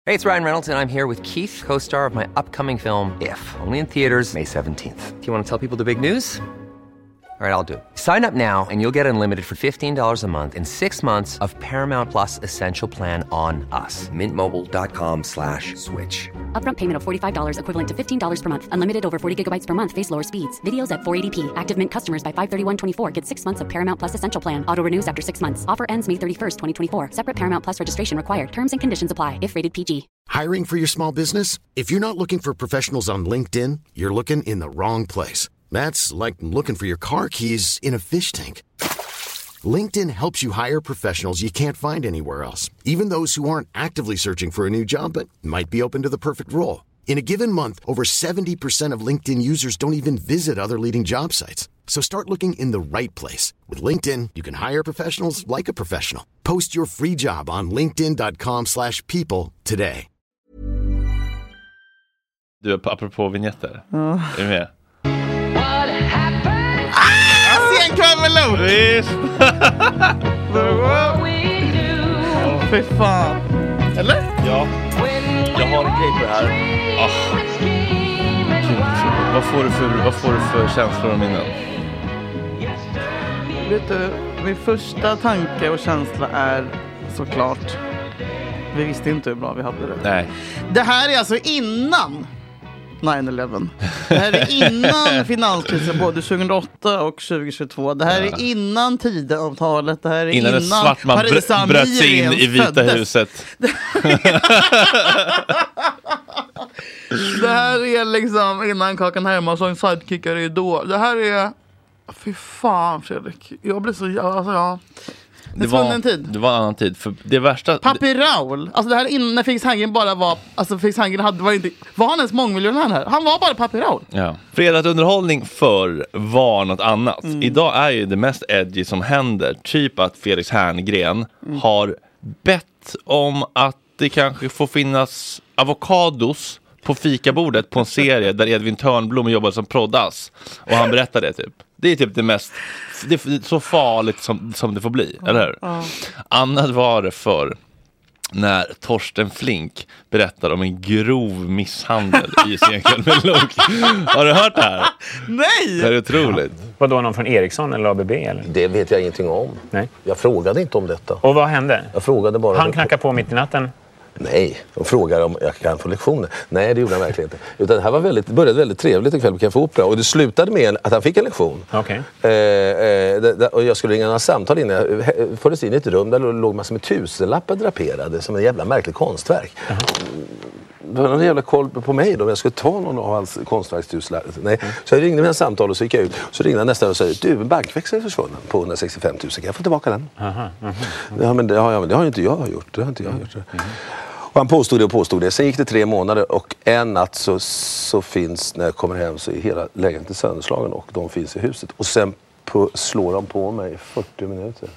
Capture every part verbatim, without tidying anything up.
Hey, it's Ryan Reynolds, and I'm here with Keith, co-star of my upcoming film, If, only in theaters May seventeenth. Do you want to tell people the big news? All right, I'll do it. Sign up now and you'll get unlimited for fifteen dollars a month and six months of Paramount Plus Essential Plan on us. Mint Mobile dot com slash switch. Upfront payment of forty-five dollars equivalent to fifteen dollars per month. Unlimited over forty gigabytes per month. Face lower speeds. Videos at four eighty p. Active Mint customers by five thirty-one twenty-four get six months of Paramount Plus Essential Plan. Auto renews after six months. Offer ends May thirty-first, twenty twenty-four. Separate Paramount Plus registration required. Terms and conditions apply if rated P G. Hiring for your small business? If you're not looking for professionals on LinkedIn, you're looking in the wrong place. That's like looking for your car keys in a fish tank. LinkedIn helps you hire professionals you can't find anywhere else, even those who aren't actively searching for a new job but might be open to the perfect role. In a given month, over seventy percent of LinkedIn users don't even visit other leading job sites. So start looking in the right place. With LinkedIn, you can hire professionals like a professional. Post your free job on linkedin dot com slash people today. Du, apropå vignetter. Oh. Är du med? Sen kväll med Lo! Visst! Åh, fy fan. Eller? Ja. Jag har en grej på det här. Oh. Vad får du för, vad får du för känslor och minnen? Vet du, min första tanke och känsla är såklart, vi visste inte hur bra vi hade det. Nej. Det här är alltså innan nine eleven. Det här är innan finanskrisen både tjugohundraåtta och tjugohundratjugotvå. Det här är innan Tidöavtalet. Det här är innan, innan en svart man br- bröt sig in i Vita föddes. Huset. Det här är liksom innan Kakan Hermansson sidekickade ju då. Det här är... Fy fan, Fredrik. Jag blir så... Alltså, ja. Det, det, var, en tid. det var en annan tid. För det värsta... Papi Raul. Alltså det här innan när Felix Herngren bara var... Alltså Felix Herngren hade, var inte... Var han ens mångmiljonär här? Han var bara Papi Raul. Ja. Fredagsunderhållning för var något annat. Mm. Idag är ju det mest edgy som händer. Typ att Felix Herngren mm. har bett om att det kanske får finnas avokados på fikabordet på en serie där Edvin Törnblom jobbar som proddas. Och han berättar det typ. Det är typ det mest, det är så farligt som, som det får bli, mm. eller hur? Mm. Annat var det för när Torsten Flink berättar om en grov misshandel i Senkväll med Lok. Har du hört det här? Nej! Det är otroligt. Ja. Var då någon från Ericsson eller A B B? Eller? Det vet jag ingenting om. Nej. Jag frågade inte om detta. Och vad hände? Jag frågade bara... Han knackade på mitt i natten? Nej, de frågar om jag kan få lektioner. Nej, det gjorde han verkligen inte. Utan det här var väldigt, började väldigt trevligt ikväll på Café Opera. Och det slutade med att han fick en lektion. Okay. Eh, eh, och jag skulle ringa några samtal innan jag fördes in i ett rum där det låg massor med tusenlappar draperade som en jävla märklig konstverk. Uh-huh. Det var någon jävla koll på mig då. Jag skulle ta någon av hans konstverkstusenlappar. Nej. Mm. Så jag ringde med en samtal och så gick jag ut. Så ringde han nästan och sa, du, en bankväxel är försvunnen på hundrasextiofem tusen. Kan jag få tillbaka den? Uh-huh. Uh-huh. Ja, men det har, jag, det har inte jag gjort. Det har inte jag gjort. Uh-huh. Och han påstod det och påstod det. Sen gick det tre månader och en natt så, så finns, när jag kommer hem så är hela lägenheten sönderslagen och de finns i huset. Och sen på, slår de på mig i fyrtio minuter.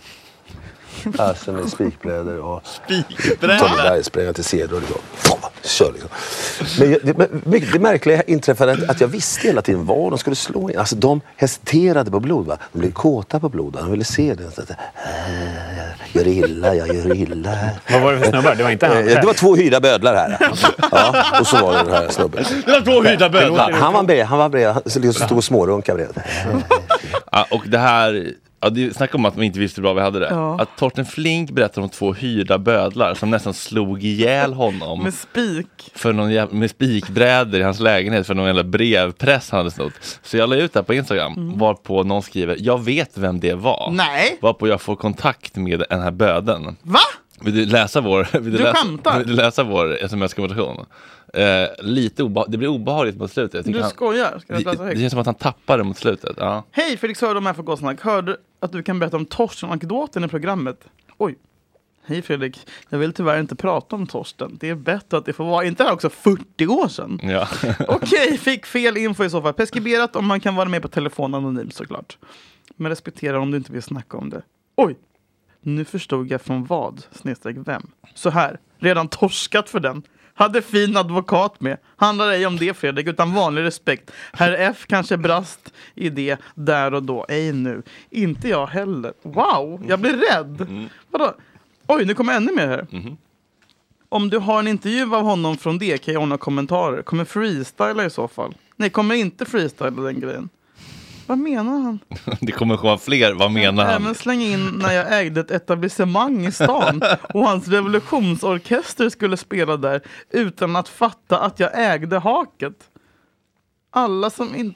Alltså med spikbrädor och spikbrädor. bergsprängare till ceder och liksom. Kör liksom. Men det, men det märkliga inträffade att, att jag visste hela tiden var de skulle slå in. Alltså de hesiterade på blod, va? De blev kåta på blod. De ville se det. Så att, äh, jag gör illa, jag gör illa. Vad var det för snubbar? Det var inte han. Det var två hyrda bödlar här. Ja, och så var det den här snubben. Det var två hyrda bödlar. Han var bred, han var bred. Han stod och smårunkade bredvid. Ja, och det här... Ja, det snackar om att man inte visste hur bra vi hade det. Ja. Att Torsten Flink berättade om två hyrda bödlar som nästan slog ihjäl honom. Med spik. För någon jävla, med spikbrädor i hans lägenhet för någon jävla brevpress han hade snott. Så jag la ut det på Instagram mm. varpå någon skriver, jag vet vem det var. Nej. Varpå jag får kontakt med den här böden. Va? Vill du läsa vår, vill du, du läsa, vill du läsa vår sms-konversation? Eh, lite obeha- det blir obehagligt mot slutet. Du han, skojar? Ska jag läsa det, det känns som att han tappar det mot slutet. Ja. Hej, Felix hörde om här för Gossnack. Hörde att du kan berätta om Torsten-anekdoten i programmet. Oj. Hej Fredrik, jag vill tyvärr inte prata om Torsten. Det är bättre att det får vara, inte det också fyrtio år sedan? Ja. Okej, fick fel info i så fall. Preskriberat om man kan vara med på telefon anonymt såklart. Men respektera om du inte vill snacka om det. Oj, nu förstod jag från vad, snedstreck vem. Så här, redan torskat för den. Hade fin advokat med. Handlar ej om det Fredrik, utan vanlig respekt. Herr F kanske brast i det där och då. Ej nu. Inte jag heller. Wow, jag blir rädd. Mm. Vadå? Oj, nu kommer ännu mer här. Mm. Om du har en intervju av honom från det kan jag ha några kommentarer. Kommer freestyla i så fall? Nej, kommer inte freestyla den grejen. Vad menar han? Det kommer komma fler, vad menar han? Även slänga in när jag ägde ett etablissemang i stan och hans revolutionsorkester skulle spela där utan att fatta att jag ägde haket. Alla som inte...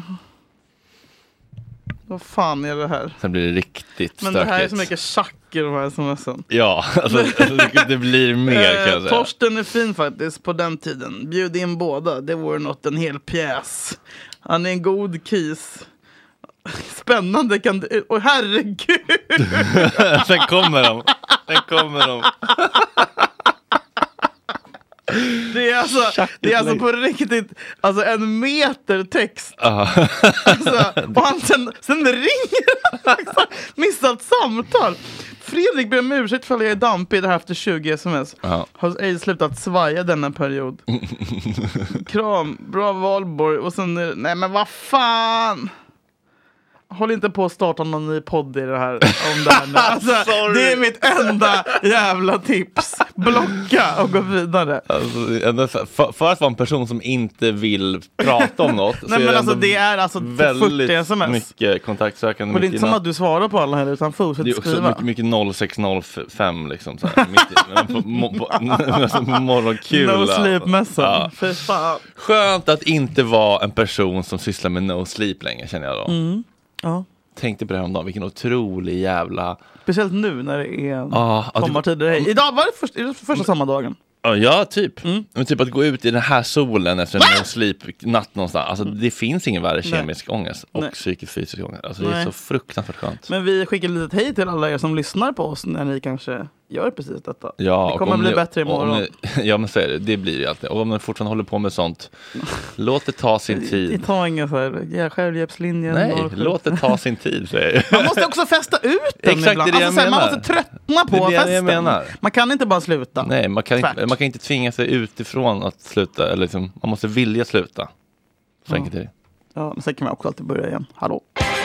Vad fan är det här? Sen blir det riktigt stökigt. Men det här är så mycket tjack i de här smsen. Ja, alltså, det blir mer kan jag säga. Torsten är fin faktiskt på den tiden. Bjud in båda, det vore något en hel pjäs. Han är en god kis. Spännande kan det... Åh herregud! Sen kommer de. Sen kommer de. Det är alltså, det är alltså på riktigt alltså en meter text. Uh. Alltså, och han sen, sen ringer han. Missat samtal. Fredrik ber om ursäkt för att jag är dampig det här efter tjugo sms. Uh. Har ej slutat svaja denna period. Kram, bra Valborg. Och sen, nej men vad fan. Håll inte på att starta någon ny podd i det här om det här nu. Alltså, det är mitt enda jävla tips. Blocka och gå vidare. Alltså, för, för att vara en person som inte vill prata om något. Nej, så men är alltså det är alltså väldigt fyrtio sms. Mycket kontaktsökande. Och det är inte som att du svarar på alla här utan fortsätt skriva. Det är också mycket, mycket noll sex noll fem liksom så här, mitt i, på, på, på, alltså, morgonkula. No sleep-mässan. Ja. För fan. Skönt att inte vara en person som sysslar med no sleep länge känner jag då. Mm. Ja. Tänkte på det här om dagen, vilken otrolig jävla... Speciellt nu när det är ah, sommartider. Hej. Idag var det, först, är det första samma dagen. Ja, typ. Mm. Men typ att gå ut i den här solen efter en no sleep natt någonstans. Alltså Mm. det finns ingen värre kemisk Nej. ångest och Nej. psykisk fysisk ångest. Alltså Nej. det är så fruktansvärt skönt. Men vi skickar lite hej till alla er som lyssnar på oss när ni kanske gör precis detta. Ja, det kommer bli ni, bättre imorgon. Ni, ja, men så är det. Det blir det ju alltid. Och om ni fortfarande håller på med sånt, låt det ta sin tid. Det tar inga så här, ja, självhjälpslinjen. Nej, låt det ta sin tid, säger jag. Man måste också festa ut den Exakt, ibland. det är det Alltså, jag man menar. måste tröttna på det är det festen. Jag menar. Man kan inte bara sluta. Nej, man kan, inte, Tvärt. man kan inte tvinga sig utifrån att sluta. Eller liksom, man måste vilja sluta. Så Ja. enkelt är det. Ja, men sen kan man också alltid börja igen. Hallå.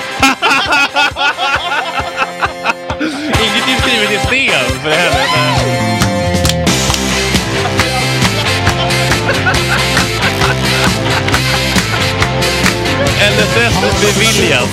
Inget är skrivet i sten för helvete. L S S beviljat.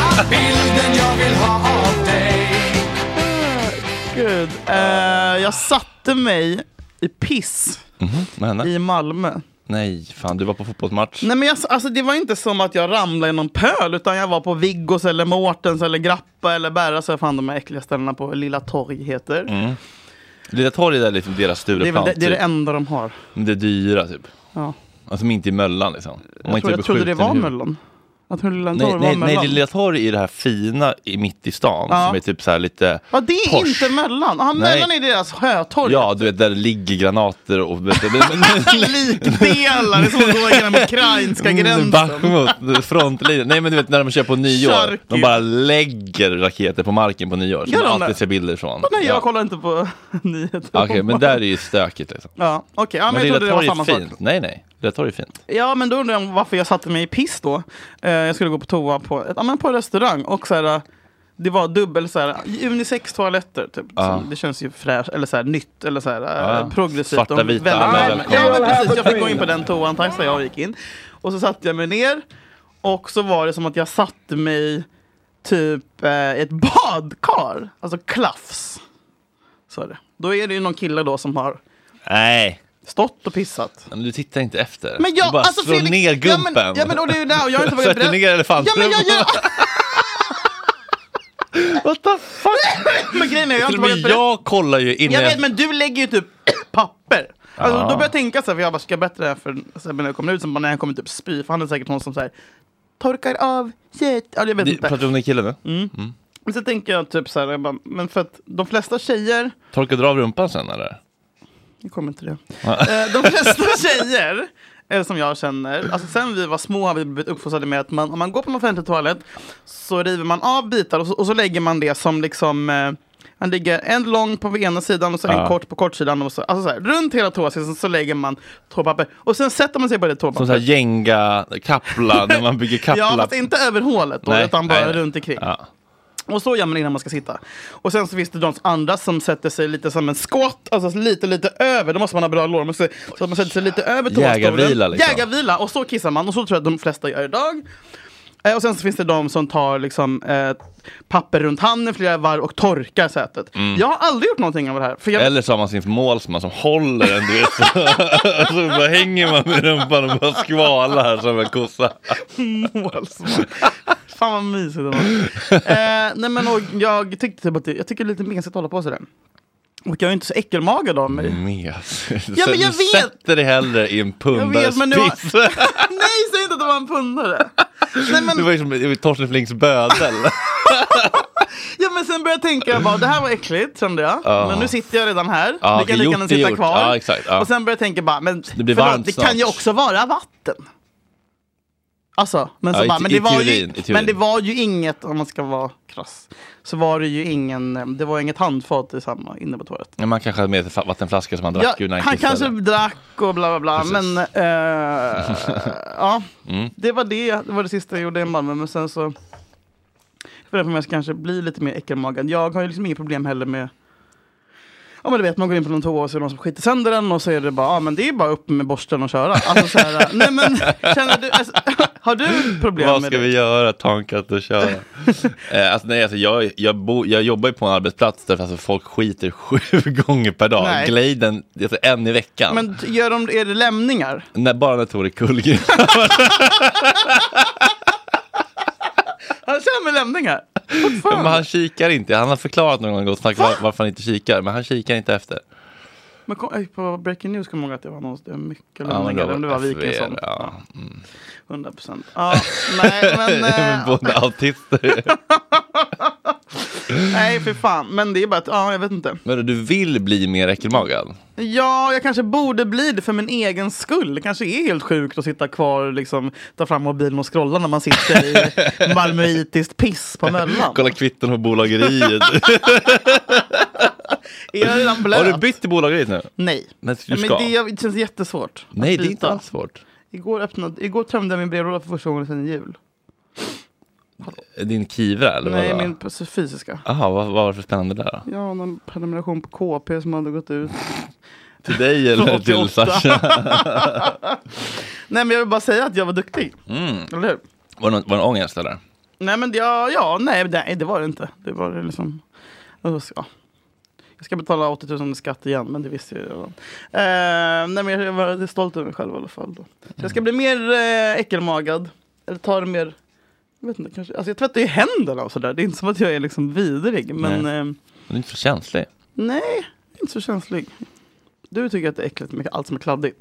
Gud. Uh, jag satte mig i piss Mm-hmm. i Malmö. Nej, fan, du var på fotbollsmatch. Nej, men jag, alltså, det var inte som att jag ramlade i någon pöl, utan jag var på Viggos eller Mårtens eller Grappa eller Bära, så jag fann de här äckliga ställena på Lilla Torg heter. Mm. Lilla Torg är liksom deras Det är, Stureplan. väl, det, det är det typ. enda de har. Men det är dyra typ. Ja. Alltså inte i Möllan liksom. Om man Jag, inte tror, jag blir trodde det skjuten i var huvudet. Möllan. Jag trodde Lilla Nej, Torg var nej, nej, Möllan. det Lilla Torg är det här fina i mitt i stan. Ja. Som är typ så här lite Ja, det är Porsche. inte Möllan. Ah, Möllan är deras hötorg. Ja, du vet, där ligger granater och Likdelar. Det är som att gå igenom ukrainska gränsen. Bachmut, frontlinjen. Nej, men du vet när de kör på nyår. Charkiv. De bara lägger raketer på marken på nyår. Som Gör man de alltid det? ser bilder från. Nej, jag Ja. kollar inte på nyheter. Okej, okay, men där är ju stökigt liksom. Ja, okej. Okay. Ja, men, Men jag Lilla trodde det var Torg är samma sak. fint. Nej, nej. Lilla Torg är fint. Ja, men då undrar jag varför jag satte mig i piss då. Eh, jag skulle gå på toa på, ett, ja, men på en restaurang. Och så här, det var dubbel så här, unisex toaletter typ. Ja. Som, det känns ju fräscht, eller så här, nytt, eller så här, Ja. eh, progressivt. Svarta, och vita, väldigt- alla Ja, välkomna. men precis. Jag fick gå in på den toan, tack så jag gick in. Och så satte jag mig ner. Och så var det som att jag satte mig typ eh, i ett badkar. Alltså klaffs. Så är det. Då är det ju någon kille då som har Nej. stått och pissat. Men du tittar inte efter. Men jag, du bara alltså, slår Fredrik- ner gumpen. Ja, men, ja, men och det är ju där, och jag har inte varit Sätter ner Ja, elefantrumpan. men jag gör... What the fuck? Men grejen är, jag har Till inte och varit med jag kollar ju innan Jag jag... vet, men du lägger ju typ papper. Alltså, Ja. då börjar jag tänka så här, för jag bara, ska jag berätta det här för Sebbe när jag kommer ut, som bara, när han kommer typ spy, för han är säkert någon som säger torkar av shit. Ja, jag vet Ni- inte. Pratar du om den killen nu? Mm. Men så tänker jag typ så här, jag bara, men för att de flesta tjejer, Torkar du av rumpan sen eller? jag kommer inte det. Eh, de flesta tjejer eh, som jag känner, alltså sen vi var små har vi blivit uppfostrade med att man, om man går på en offentlig toalett så river man av bitar och så, och så lägger man det som liksom eh, man lägger en lång på ena sidan och så en Ja. kort på kortsidan och så, alltså så här, runt hela toaskissen så lägger man toapapper och sen sätter man sig på det Som så här toapapper. Jenga kappla när man bygger kappla. Ja, fast inte över hålet då, Nej, utan bara nej, nej. runt omkring. Ja. Och så gör man innan man ska sitta. Och sen så finns det de andra som sätter sig lite som en skott. Alltså lite, lite över. Då måste man ha bra lår. Så att man sätter sig lite över toastolen. Jägarvila liksom. Jägarvila. Och så kissar man. Och så tror jag att de flesta gör idag. Eh, och sen så finns det de som tar liksom, eh, papper runt handen flera varv och torkar sätet. Mm. Jag har aldrig gjort någonting av det här. För jag... Eller så har man sin målsman som håller en, du vet. Så, så bara hänger man med rumpan och bara skvalar som en kossa. Målsman. Fan vad mysigt det var. eh, nej men och jag tyckte typ att det, jag tycker det är lite mesigt att hålla på sådär. Och jag är inte så äckelmagad av mig. Mesigt. Ja, men jag du vet. sätter dig hellre i en pundares var... piss. Nej, säg inte att det var en pundare. Nej, men... Det var ju som Torsten Flinks bödel. Ja, men sen började jag tänka bara, det här var äckligt, kände jag. Uh. Men nu sitter jag redan här. Uh, vi kan lika gärna sitta kvar. Uh, exakt, uh. Och sen började jag tänka bara, men det, blir förlåt, det kan ju också vara vatten. Alltså, men, så ja, bara, i, men, det var teorin, ju, men det var ju inget, om man ska vara krass, så var det ju ingen, det var inget handfat i samma inne på toaletten. Ja, man kanske hade med sig vattenflaskor som man drack ja, ur när han han kissade. kanske drack och bla bla bla. Precis. Men äh, ja, mm. det var det, det var det sista jag gjorde i Malmö. Men sen så för att jag ska kanske bli lite mer äckelmagad. Jag har ju liksom inget problem heller med. Ja, men du vet, man går in på någon toa och så är det någon som skiter sönder den och så är det bara, ja men det är bara upp med borsten och köra. Alltså så här, nej men, känner du, alltså, har du problem med det? Vad ska vi göra, tankat och köra? eh, alltså nej, alltså jag, jag, bo, jag jobbar ju på en arbetsplats där alltså, folk skiter sju gånger per dag. Nej. Gliden, alltså en i veckan. Men gör de, är det lämningar? Nej, bara när Tore Kullgren. Han kör med lämningar. Ja, men han kikar inte. Han har förklarat någon gång snack var, varför han inte kikar. Men han kikar inte efter. Men kom, på Breaking News kom jag ihåg att det var något, det var mycket lämningar. Ja, det var Wikensson. Ja. Mm. hundra procent. Ja, nej, men... äh, både autister. Nej, för fan. Men det är bara att, ja, jag vet inte. Men du vill bli mer äckelmagad? Ja, jag kanske borde bli det för min egen skull. Det kanske är helt sjukt att sitta kvar och liksom, ta fram mobilen och scrolla när man sitter i malmöitiskt piss på Möllan. Kolla kvitten på bolageriet. Är jag redan blöt? Har du bytt till bolageriet nu? Nej. Men, du ska. Men det, det känns jättesvårt. Nej, det är inte alls svårt. Igår, öppnade, igår tömde jag min brevlåda för första gången sedan jul. Din Kivra eller Nej, vad? min fysiska. Jaha, vad, vad var det för spännande där då? Ja, någon prenumeration på K P som hade gått ut. Till dig eller till Sasha? Nej, men jag vill bara säga att jag var duktig. Mm. Eller hur? Var det någon, var det någon ångest eller? Nej, men ja, ja nej, nej, det var det inte. Det var liksom... Ja. Jag ska betala åttio tusen i skatt igen, men det visste jag redan. Uh, nej, men jag var stolt över mig själv i alla fall. Då. Så jag ska bli mer uh, äckelmagad. Eller ta det mer... Jag vet inte, kanske... Alltså jag tvättar ju händerna och sådär. Det är inte som att jag är liksom vidrig, men... Nej. Uh, du är inte så känslig. Nej, inte så känslig. Du tycker att det är äckligt med allt som är kladdigt.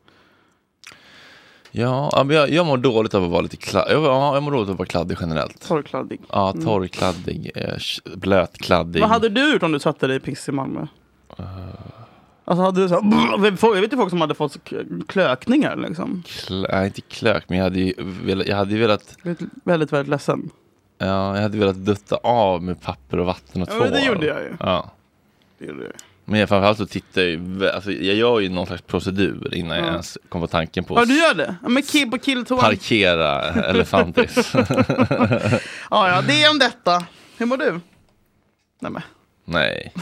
Ja, men jag, jag mår dåligt av att vara lite kladdig. Jag, ja, jag mår dåligt av att vara kladdig generellt. Torrkladdig. Ja, torrkladdig, eh, blötkladdig. Vad hade du gjort om du satte dig i piss i Malmö? Uh... Alltså hade du så här, jag vet ju folk som hade fått klökningar liksom. Klö, nej, inte klök, men jag hade ju velat, jag hade ju velat... Väldigt, väldigt, väldigt ledsen. Ja, jag hade velat dutta av med papper och vatten och tvål. Ja, det gjorde jag ju. Ja. Det gjorde jag. Men jag framförallt så tittar jag, alltså jag gör ju någon slags procedur innan ja. jag ens kommer på tanken på. Ja, du gör det? Ja, men kill på killtoan. Parkera elefantis. Ja, ja, det är om detta. Hur mår du? Nej, men. Nej.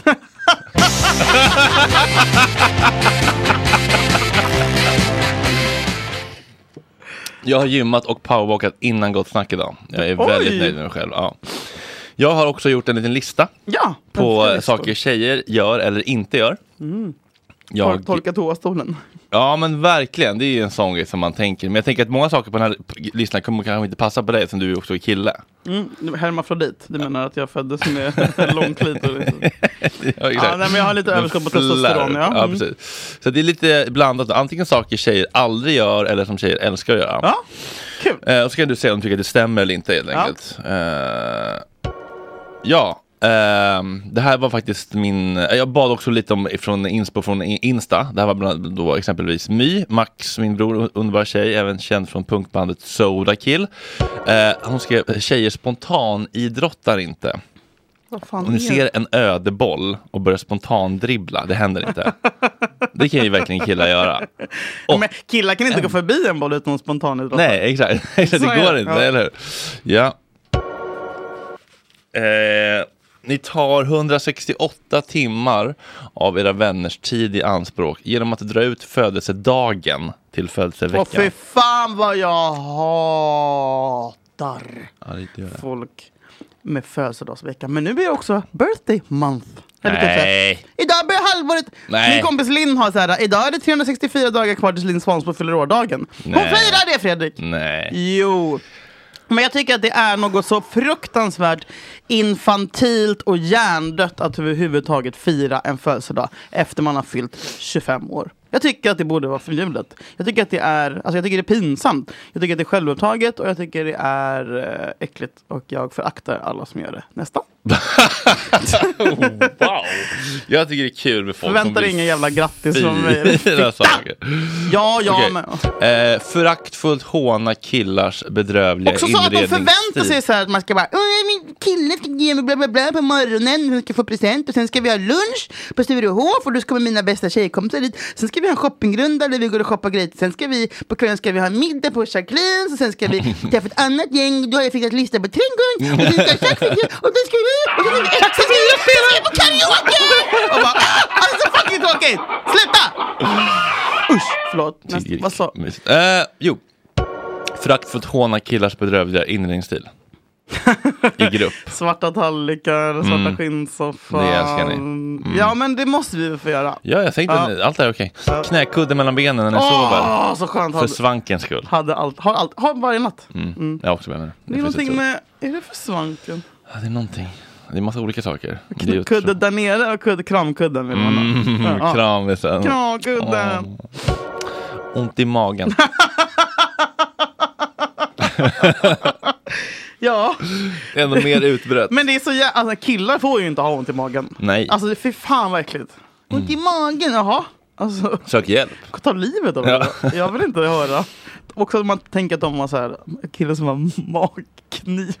Jag har gymmat och powerwalkat innan Gott Snack idag. Jag är Oj. väldigt nöjd med mig själv. Ja. Jag har också gjort en liten lista ja, på saker tjejer gör eller inte gör. Mm. Jag... Torka toastolen. Ja, men verkligen. Det är ju en sån grej som man tänker. Men jag tänker att många saker på den här listan kommer kanske inte passa på dig som du också är kille. Mm, hermafrodit. Du menar att jag föddes med lång klitoris. Ja, ja, nej, men jag har lite överskott på testosteron. Ja. Ja, precis. Så det är lite blandat. Antingen saker tjejer aldrig gör eller som tjejer älskar att göra. Ja, kul. Eh, och så kan du säga om du tycker att det stämmer eller inte helt ja. enkelt. Eh, ja. Uh, det här var faktiskt min... Jag bad också lite om från inspo från Insta. Det här var bland då exempelvis My, Max, min bror, underbar tjej, även känd från punkbandet Soda Kill. Uh, hon skrev, tjejer spontan idrottar inte. Vad fan om ni ser en ödeboll och börjar spontan dribbla, det händer inte. Det kan ju verkligen killar göra. Och, men killar kan inte äm... gå förbi en boll utan spontan idrottar. Nej, exakt. Det går inte, ja. eller hur? Ja. Eh, ni tar hundrasextioåtta timmar av era vänners tid i anspråk genom att dra ut födelsedagen till födelseveckan. Åh fy fan vad jag hatar Ja, det gör det. folk med födelsedagsvecka. Men nu blir det också birthday month. Nej. Idag börjar halvåret. Nej. Min kompis Linn har så här. Idag är det trehundrasextiofyra dagar kvar till Linn Svansbo fyller årdagen. Hon Nej. firar det, Fredrik. Nej. Jo. Men jag tycker att det är något så fruktansvärt infantilt och hjärndött att överhuvudtaget fira en födelsedag efter man har fyllt tjugofem år. Jag tycker att det borde vara förbjudet. Jag tycker att det är, alltså jag tycker det är pinsamt. Jag tycker att det är självupptaget och jag tycker det är äh, äckligt. Och jag föraktar alla som gör det. Nästa. Oh, wow. Jag tycker det är kul med folk Förväntar som ingen jävla grattis från mig. fira saker. Ja, ja, Okej. men... Eh, föraktfullt håna killars bedrövliga Också så att de inredningsstil. förväntar sig så här att man ska bara "Åh, min kille ska ge mig bla bla bla på morgonen, hon ska få present och sen ska vi ha lunch på Sturehof och då ska mina bästa tjejkompisar dit. Sen ska vi ha en shoppingrunda där vi går och shoppar grejer. Sen ska vi, på kvällen ska vi ha en middag på Jacqueline och sen ska vi träffa ett annat gäng. Då har jag fixat lista på trädgården och sen ska jag och då ska vi och sen ska vi, sen ska vi spela på karaoke! Och bara, alltså fucking tråkigt! Sluta! Usch, förlåt. Nästa, vad sa? Eh, jo. Föraktfullt håna killars bedrövliga inredningsstil. I grupp. Svarta tallrikar, svarta Mm. skinnsoffan. Det älskar ni. Mm. Ja, men det måste vi väl få göra. Ja, jag tänkte Ja. allt är okej. Knäkudde mellan benen när ni Åh, sover. så skönt. För Hade, svankens skull. hade allt, har allt, har varje natt. Mm. Mm. Jag också med det. Det är någonting med, är det för svanken? Ja, det är någonting. Det är massa olika saker. Det är Kudde där nere och kudde, kramkudden vill man ha. Mm, Ja. kramisen. Kramkudden. Åh. Ont i magen. Ja. Det är ändå mer utbrett. Men det är så jä- alltså killar får ju inte ha ont i magen. Nej. Alltså det är för fan vad äckligt. Ont i magen, jaha. Alltså, Sök hjälp. ta livet av Ja. det. Jag vill inte höra. Också att man tänker att de har så här killar som har magknip.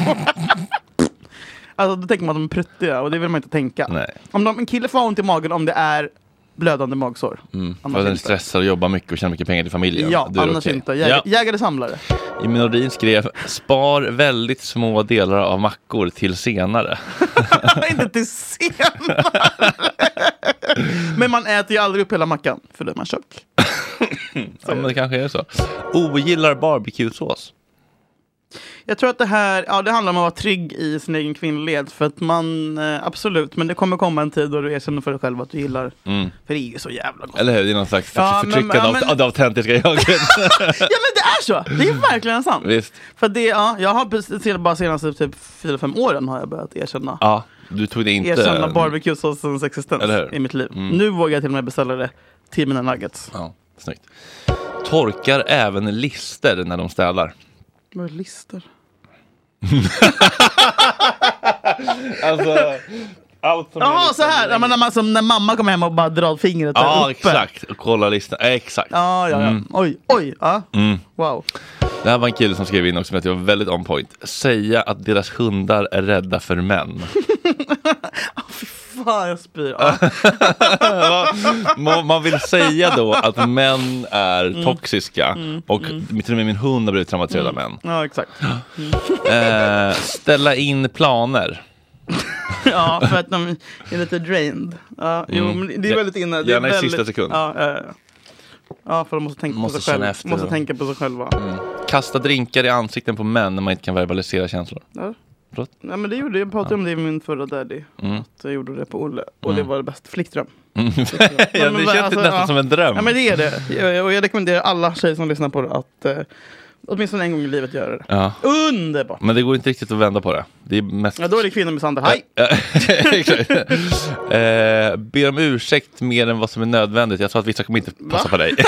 Alltså då tänker man att de är pruttiga och det vill man inte tänka. Nej. Om de, en kille får ont i magen om det är blödande magsår. Mm. För Annars att den inte. stressar och jobbar mycket och tjänar mycket pengar till familjen. Ja, Då är det annars okej. inte. Jäg, Ja. Jägare samlare. Jimmy Nordin skrev: spar väldigt små delar av mackor till senare. Inte till senare. Men man äter ju aldrig upp hela mackan. För då är man tjock. Ja, men det kanske är så. Ogillar barbecue-sås. Jag tror att det här, ja det handlar om att vara trygg i sin egen kvinnlighet. För att man, eh, absolut, men det kommer komma en tid då du erkänner för dig själv att du gillar. Mm. För det är ju så jävla gott. Eller hur? Det är någon slags Ja, men- förtryckande ja, av, men- av det autentiska jaget. Ja men det är så, det är verkligen sant. Visst. För det, ja, jag har precis, bara senaste typ fyra fem åren har jag börjat erkänna. Ja, du tog det inte. Erkänna barbecue-såsens existens Eller hur? i mitt liv. Mm. Nu vågar jag till och med beställa det till mina nuggets. Ja, snyggt. Torkar även lister när de städar. Vad är lister? Alltså, Ja, så här. Ja, men när, man, som när mamma kommer hem och bara drar fingret där Ja, uppe. exakt. Och kolla listan. Eh, Exakt. Ja, ja, ja. Mm. Oj, oj. Ja. Mm. Wow. Det här var en kille som skrev in också som att jag var väldigt on point. Säga att deras hundar är rädda för män. Fy fan, jag spyr. Ja. man, man vill säga då att män är Mm. toxiska. Och till och med min hund har blivit traumatiserad av män. Ja, exakt. Eh, ställa in planer. Ja, för att de är lite drained. Ja, jo, Mm. men det är väldigt inne. Det är Gärna i väldigt, sista sekund. Ja, ja, ja. Ja, för de måste tänka Måste på sig känna själva. efter Måste då. tänka på sig själva. Mm. Kasta drinkar i ansikten på män när man inte kan verbalisera känslor. Ja. Förlåt? Ja, men det gjorde jag. pratade om det i min förra daddy. Mm. Att jag gjorde det på Olle. Och Mm. det var det bästa. Flickdröm. Mm. Ja, ja, men det vad- känns alltså, nästan ja. som en dröm. Ja, men det är det. Jag- Och jag rekommenderar alla tjejer som lyssnar på det att eh, åtminstone en gång i livet göra det. Ja. Underbart! Men det går inte riktigt att vända på det. Det är mest... Ja, då är det kvinnomisshandel. Hej! Ja, exakt. eh, be om ursäkt mer än vad som är nödvändigt. Jag tror att vissa kommer inte passa Va? på dig.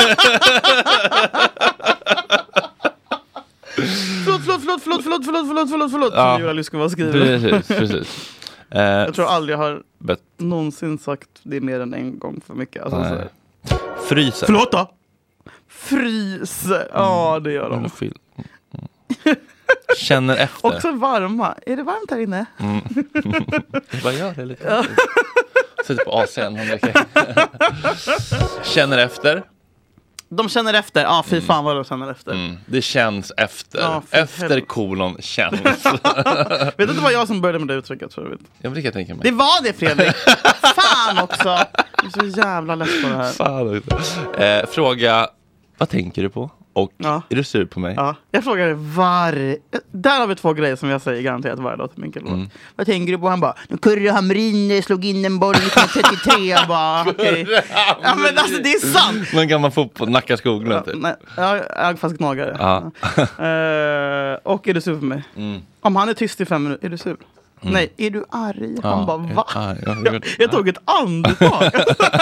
Förlåt, förlåt, förlåt, förlåt, förlåt, förlåt, förlåt, förlåt, förlåt. Ja. Som Julia Lyskova skriver. Precis, precis. Eh, Jag tror aldrig jag har bet- någonsin sagt det mer än en gång för mycket. Alltså, Nej. så här. Fryser. Förlåt då! Fryser! Ja, det gör de. Mm, fil- mm. Känner efter. Också varma. Är det varmt här inne? Mm. Vad gör det lite? Sitter på A C N. Känner efter. De känner efter. Ja, fy fan vad de känner efter. Mm. Det känns efter. Ja, efter helvete. kolon känns. Vet du, det var jag som började med det uttrycket för övrigt. Ja, men det kan jag tänka mig. Det var det, Fredrik. Fan också. Jag är så jävla less på det här. Fan också. Eh, fråga, vad tänker du på? Och Ja. är du sur på mig? Ja, jag frågar var. Där har vi två grejer som jag säger garanterat varje dag till min kille. Mm. Vad tänker du på? Han bara, Kurre Hamrin slog in en boll nittonhundratrettiotre. Jag bara, okej. Ja, men alltså det är sant. Men gammal fotboll, Nacka Skoglund Ja, typ. nej, ja, jag fast gnagare. Ja. Eh, och är du sur för mig? Mm. Om han är tyst i fem minuter, är du sur? Mm. Nej, är du arg? Ja, Han bara, va? ja, ja, jag, jag tog ett andetag.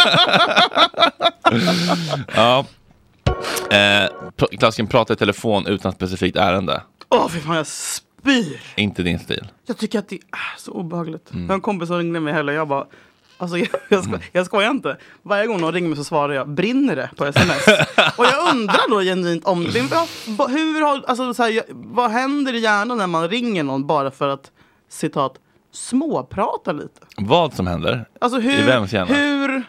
Ja. Eh, pr- klassiken prata i telefon utan specifikt ärende. Åh, fy fan, jag spyr. Inte din stil. Jag tycker att det är så obehagligt. Mm. Jag har en kompis som ringde mig heller. Jag bara, alltså jag, jag, sko- jag skojar inte. Varje gång någon ringer mig så svarar jag, brinner det på sms? Och jag undrar då genuint om det, vad, hur har, alltså så här, jag, vad händer i hjärnan när man ringer någon bara för att, citat, småprata lite? Vad som händer Alltså hur, i vems hjärna? hur...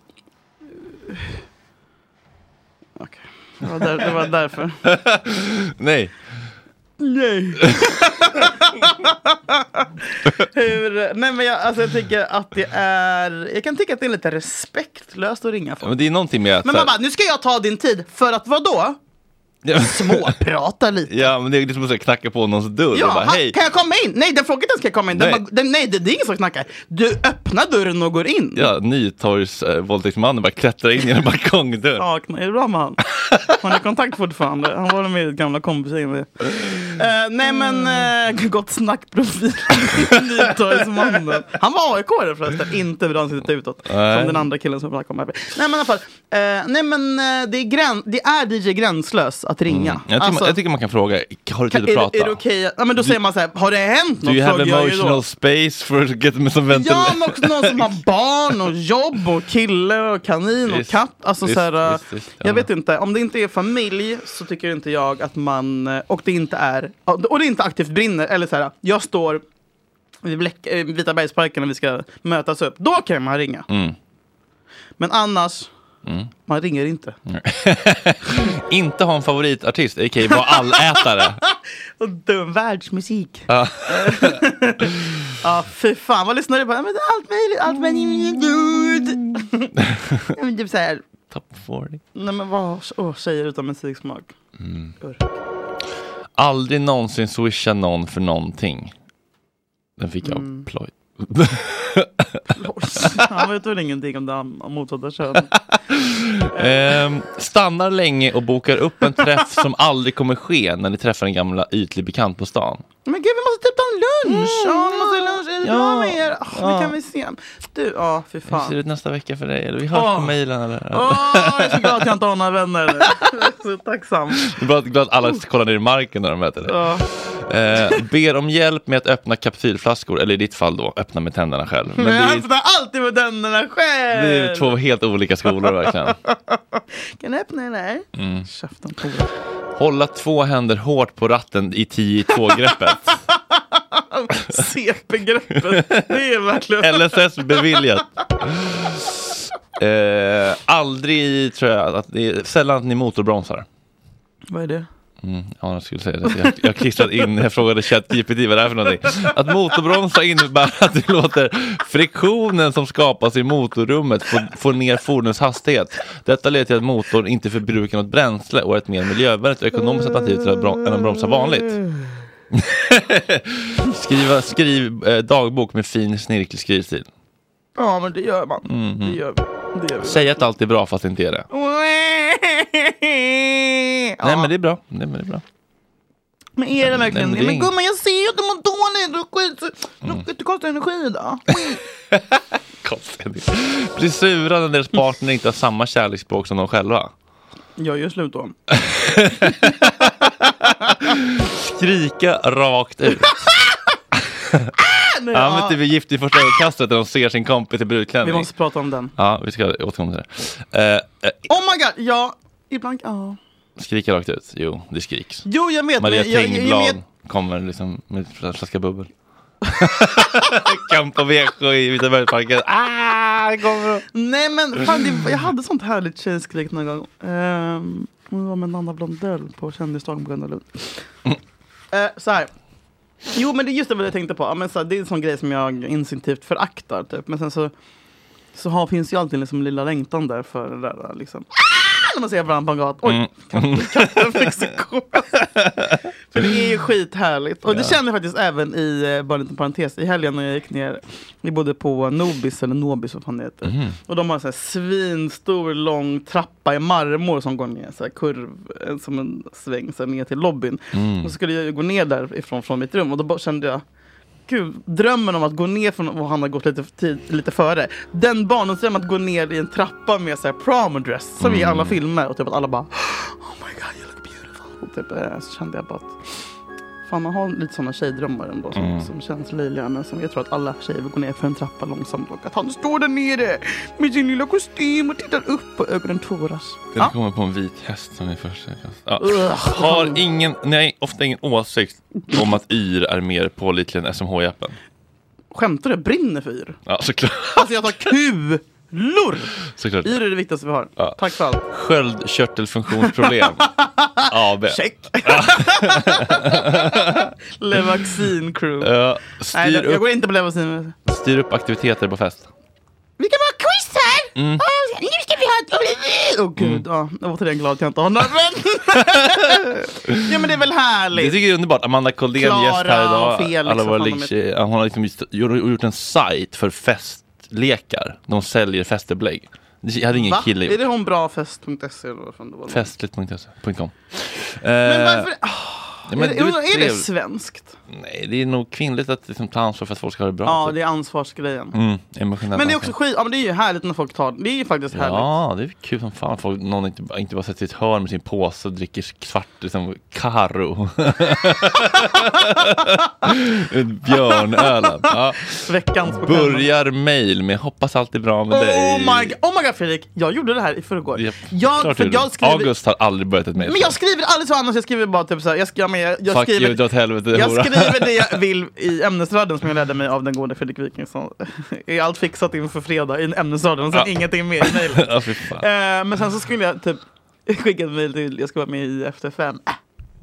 Okej, det, var där, det var därför. Nej. Nej. Hur, nej men jag, alltså jag tycker att det är, jag kan tycka att det är lite respektlöst att ringa folk. Men det är någonting med att... Men man bara, nu ska jag ta din tid, för att vadå? Ja. Småprata lite. Ja, men det är liksom att knacka på någons dörr Ja, och bara, ha, hej. kan jag komma in? Nej, den frågar inte ens ska jag komma in. Den Nej. bara, den, nej, det, det är ingen som knackar. Du öppnar dörren och går in. Ja, Nytorgs äh, våldtäktsmannen bara klättrar in genom balkongdörren. Ja, är det bra med han? Han är i kontakt fortfarande. Han var med i gamla kompisar. Uh, nej men, uh, gott snackprofil. Nytorgsmannen. Han var A I K-are förresten, inte vid ansiktet utåt. Nej. Som den andra killen som kom här. Nej men i alla fall, uh, nej men uh, det, är grän, det är D J Gränslös att ringa. Mm. Jag, tycker Alltså, man, jag tycker man kan fråga, har du tid kan, att är, prata? är det okej? Ja men då säger man så här, har det hänt Do något? you have Frågar jag ju då. emotional space for to get me some ventil- Ja, men också någon som har barn och jobb och kille och kanin Visst, och katt. Alltså visst, så här, visst, visst, ja. jag vet inte, om det inte är familj så tycker inte jag att man, och det inte är, och det inte aktivt brinner, eller så här, jag står vid Bläck, eh, Vita bergsparken när vi ska mötas upp, då kan man ringa. Mm. Men annars, Mm. man ringer inte. Inte ha en favoritartist, a k a vara allätare. Och dum världsmusik. Ja. Ja, fy fan, vad lyssnar du på? Ja, men det är allt möjligt, allt möjligt. Ja, men typ så här. Top fyrtio. Nej men vad, åh, tjejer utan musiksmak. Mm. Ur. Aldrig någonsin swisha någon för någonting. Den fick jag Mm. av ploj. Han vet väl ingenting om det om motsatta kön. Ehm, stannar länge och bokar upp en träff som aldrig kommer ske när ni träffar en gamla ytlig bekant på stan. Men gud, vi måste typ ta en lunch. Ja, vi måste ha lunch. Är det Ja. bra med er? Oh, Ja. Det kan vi se. Du, ja, fy Hur ser fan. det ut nästa vecka för dig? Eller vi hörs Åh. på mejlen eller? Åh, jag är så glad att jag inte har några vänner. Jag är så tacksam. Jag är glad, glad att alla kollar ner i marken när de möter dig. Ja. Eh, ber om hjälp med att öppna kapsylflaskor, eller i ditt fall då, öppna med tänderna själv. Men Men det jag är, öppnar alltid med tänderna själv. det är två helt olika skolor verkligen. Kan jag öppna den där? Mm. Käften, Tora. Hålla två händer hårt på ratten i tio i två-greppet. C P-greppet. Det är verkligen... L S S beviljat. Eh, aldrig, tror jag, att det är sällan att ni motorbromsar. Vad är det? Mm, ja, jag skulle säga det. Jag, jag klistrade in, jag frågade ChatGPT vad det är för någonting. Att motorbromsa innebär att du låter friktionen som skapas i motorrummet få, få ner fordonets hastighet. Detta leder till att motorn inte förbrukar något bränsle och är ett mer miljövänligt och ekonomiskt alternativ till att, brom- än att bromsa vanligt. Skriva, skriv eh, dagbok med fin snirklig skrivstil. Ja, men det gör man. Mhm. Det gör vi. Det gör vi. Säg att allt är bra fast det inte är det. Ja. Nej, men det är bra. Nej, men det är bra. Men är det verkligen Nej, det? men det är Men ing- gumman, jag ser ju att du mår dåligt. Du skit- du- Det kostar energi då. Konstigt. Blir sura när deras partner inte har samma kärleksspråk som de själva. Jag gör slut då. Skrika rakt ut. Nej, Ja, men ja. typ är gift i första ögonkastet när de ser sin kompis i Vi brudklänning. måste prata om den. Ja, vi ska återkomma till det. Eh, eh, Oh my god, ja. Ibland, ja. skrika rakt ut. Jo, det skriks. Jo, jag vet. Maria men jag, jag, jag, Tengblad jag, kommer liksom med en flaska bubbel. Campo Viejo i Vitabergsparken. Ah, det kommer. Nej men fan, det, jag hade sånt härligt tjejskrik någon gång. Um, hon var med Nanna Blondell på kändisdagen på Gröna Lund. Mm. Uh, så här. Jo men det är just det vad jag tänkte på. Ja, men så här, det är en sån grej som jag instinktivt föraktar typ. Men sen så, så har, finns ju alltid liksom lilla längtan där för det där liksom. När man ser varandra på en gata. Oj, mm. katten fick psykos. För det är ju skithärligt. Och det ja. kände jag faktiskt även i, bara en liten parentes, i helgen när jag gick ner. Vi bodde på Nobis, eller Nobis, vad fan det heter. Mm. Och de har en sån här svinstor, lång trappa i marmor som går ner, så här kurv, som en sväng, så här, ner till lobbyn. Mm. Och så skulle jag gå ner därifrån, från mitt rum. Och då bara kände jag, gud, drömmen om att gå ner från och han har gått lite, tid, lite före. Den barndomsdrömmen att gå ner i en trappa med så här prom dress som mm. i alla filmer och typ att alla bara oh my god, you look beautiful. Och typ, eh, så kände jag bara att fan, man har lite sådana tjejdrömmar ändå som, mm. som känns löjliga, men som jag tror att alla tjejer vill gå ner för en trappa långsamt och att han står där nere med sin lilla kostym och tittar upp och ögonen tåras. Den ja. kommer på en vit häst som är första ja. Har ingen, nej, ofta ingen åsikt om att yr är mer pålitlig än S M H-appen. Skämtar du? Brinner för yr? Ja, såklart. Alltså jag tar kul! Lur! Såklart. Yr är det viktigaste vi har. Ja. Tack för allt. Sköldkörtelfunktionsproblem. A B. Check. Levaxin crew. Ja, Nej, jag upp, går inte på Levaxin. Styr upp aktiviteter på fest. Vi kan ha quiz här! Mm. Oh, nu ska vi ha ett... Åh oh, gud, mm. ja, jag var till den glad att jag inte har några vänner. Ja men det är väl härligt. Det tycker jag är underbart. Amanda Koldén, gäst här idag. Felix, alla våra ligg- hon har liksom gjort en sajt för festlekar. De säljer festebelägg. Jag hade ingen Va? kille. Är det hon bra fest punkt se eller vad fan det var? Festligt punkt se punkt com. Men varför... Oh, ja, men är, det, är, är det svenskt? Nej, det är nog kvinnligt att liksom, ta ansvar för att folk ska ha det bra. Ja, det är ansvarsgrejen. Mm, emotionellt. Men det är också skit. Ja, men det är ju härligt när folk tar det. Det är ju faktiskt härligt. Ja, det är kul som fan. Folk, någon inte, inte bara sätter sitt hörn med sin påse och dricker svart liksom, Karo. Björnölen. Ja. Veckans på börjar mail med hoppas allt är bra med oh dig. My God. Oh my god, Fredrik. Jag gjorde det här i förrgår. Yep. Jag, för jag skriver... August har aldrig börjat ett mail. Men jag skriver aldrig så annars. Jag skriver bara typ så här. Jag, ska, jag, jag, jag, Fuck skriver, you, dra åt helvete, jag hora. skriver det jag vill i ämnesraden som jag lärde mig av den gode Fredrik Wiking. Så är allt fixat inför fredag i ämnesraden. Och sen ja. ingenting mer i mejlen. Ja, fy fan. Uh, men sen så skulle jag typ skicka ett mejl till jag ska vara med i Efter fem. Äh.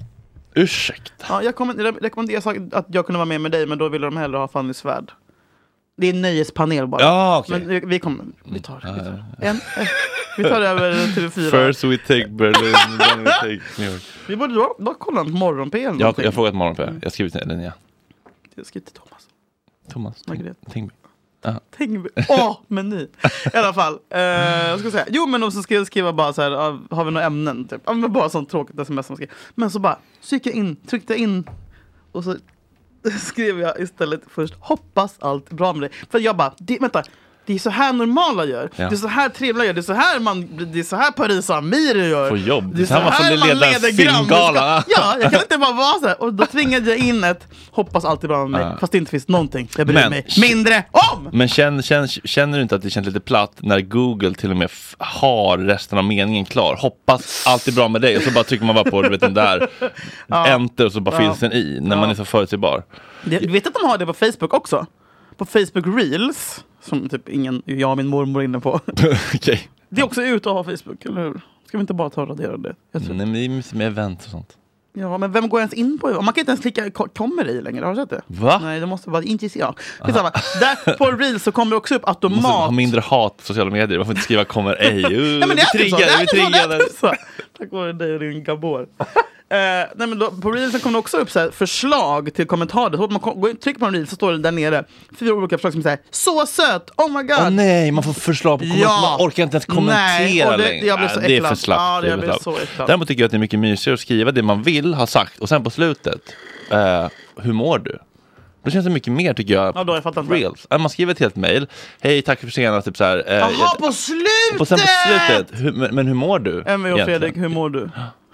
Ursäkta. Ja, jag rekommenderade att jag kunde vara med med dig, men då ville de hellre ha Fanny Svärd. Det är en nöjespanel bara. Ja, okej. Men vi, vi kommer, vi tar det. Vi tar, en, vi tar det över T V fyra. First we take Berlin, then we take New York. Vi borde då, då kolla på Morgon P. Jag har frågat Morgon P. Jag har skrivit till Linnea. Jag skrivit till Thomas. Thomas. Margrethe. Tängby. Tängby. Åh, men ni. I alla fall. Eh, jag ska säga. Jo, men också ska jag skriva bara så här. Har vi några ämnen? Typ. Ja, men bara sånt tråkigt sms som skriver. Men så bara, så gick jag in, tryckte in. Och så skrev jag istället först, hoppas allt är bra med dig. För jag bara, det, vänta. Det är så här normala gör. Ja. Det är så här trevliga gör. Det är så här man, det är så här Paris och Amir gör. Får jobb. Det är så, så här man får leda filmgala. Ja, jag kan inte bara vara så här. Och då tvingade jag in ett hoppas alltid bra med mig. Ja. Fast det inte finns någonting. Jag bryr men, mig mindre om. Men känner, känner, känner du inte att det känns lite platt när Google till och med f- har resten av meningen klar? Hoppas alltid bra med dig. Och så bara trycker man bara på du vet, den där ja. enter och så bara ja. finns den i. När ja. man är så förutsägbar. Du vet att de har det på Facebook också? På Facebook Reels. Som typ ingen, jag och min mormor är inne på. Okay. Det är också ute att ha Facebook, eller hur? Ska vi inte bara ta och radera det? Jag tror. Nej, men det är mycket med event och sånt. Ja, men vem går ens in på det? Man kan inte ens klicka kommer i längre, har du sett det? Va? Nej, det måste vara intresserad. Där på Reels så kommer det också upp automat. Du måste ha mindre hat på sociala medier. Man får inte skriva kommer ej. Uh, ja, men det är vi triggar, vi triggar. Tack vare dig och din Gabor. Uh, nej, men då, på Reels kommer det också upp så här, förslag till kommentarer. Så man går, trycker på en Reels så står det där nere fyra olika förslag som säger så söt, oh my god. Åh oh, nej, man får förslag på kommentarer. Ja. Man orkar inte ens kommentera längre. Det, äh, det är för slappt. Ja, det det blir så äcklad. Däremot tycker jag att det är mycket mysigare att skriva det man vill ha sagt. Och sen på slutet, uh, hur mår du? Då känns det mycket mer tycker jag. Ja, då har jag fattat Reels. Äh, man skriver ett helt mejl. Hej, tack för senast. Typ så här. Uh, Jaha, jag, på slutet! Och sen på slutet, hur, men, men hur mår du? M V och Fredrik, hur mår du?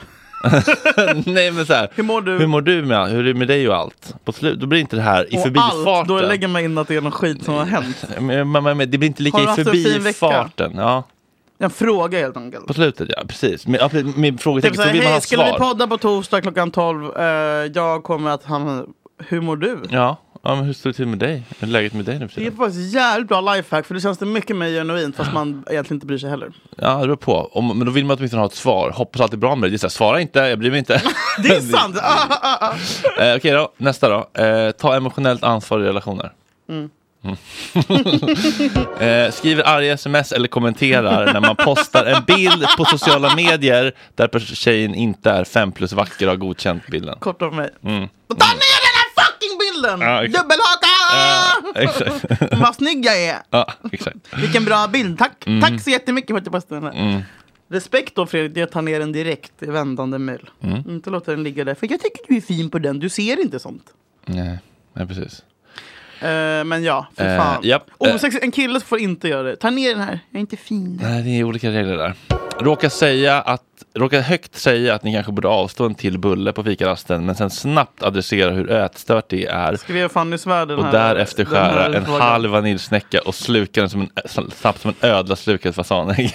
Nej men så här, hur mår du? Hur mår du med hur är det med dig och allt? På slut då blir inte det här i och förbifarten. Allt, då lägger man in att det är någon skit som har hänt. Men, men, men det blir inte lika i förbifarten. Ja. En fråga helt enkelt. På slutet, ja precis. Med, med frågetecken så vill man ha skulle svar. Vi podda på torsdag klockan tolv? Uh, jag kommer att han hur mår du? Ja. Ja, men hur står det till med dig? Hur är läget med dig nu? Det är faktiskt jävligt bra lifehack, för det känns det mycket mer genuint fast man egentligen inte bryr sig heller. Ja, det beror på. Om, men då vill man åtminstone ha ett svar. Hoppas allt är bra med dig. Det är så här, svara inte, jag bryr mig inte. Det är sant! Ah, ah, ah. eh, Okej okay då, nästa då. Eh, ta emotionellt ansvar i relationer. Mm. Mm. eh, skriver arga sms eller kommenterar när man postar en bild på sociala medier där tjejen inte är fem plus vacker och har godkänt bilden. Kort av mig. Mm. Ta ner den här fucking bilden! Ja, Dubbelhaka! Ja, exakt. Vad snygg jag är! Ja, exakt. Vilken bra bild, tack! Mm. Tack så jättemycket för att du postade den här. Mm. Respekt då Fredrik, det är att ta ner den direkt i vändande mail. Mm. Inte låta den ligga där, för jag tycker du är fin på den, du ser inte sånt. Nej, nej precis. Uh, men ja, för fan. Uh, yep. Osex, en kille får inte göra det. Ta ner den här, jag är inte fin. Nej, det är olika regler där. Råkar säga att Råkar högt säga att ni kanske borde avstå en till bulle på fikarasten, men sen snabbt adressera hur ätstört det är. Skrev Fanny Svärd den och här, därefter skära en frågan. halv vaniljsnäcka och sluka den som en, snabbt som en ödla slukad fasanägg.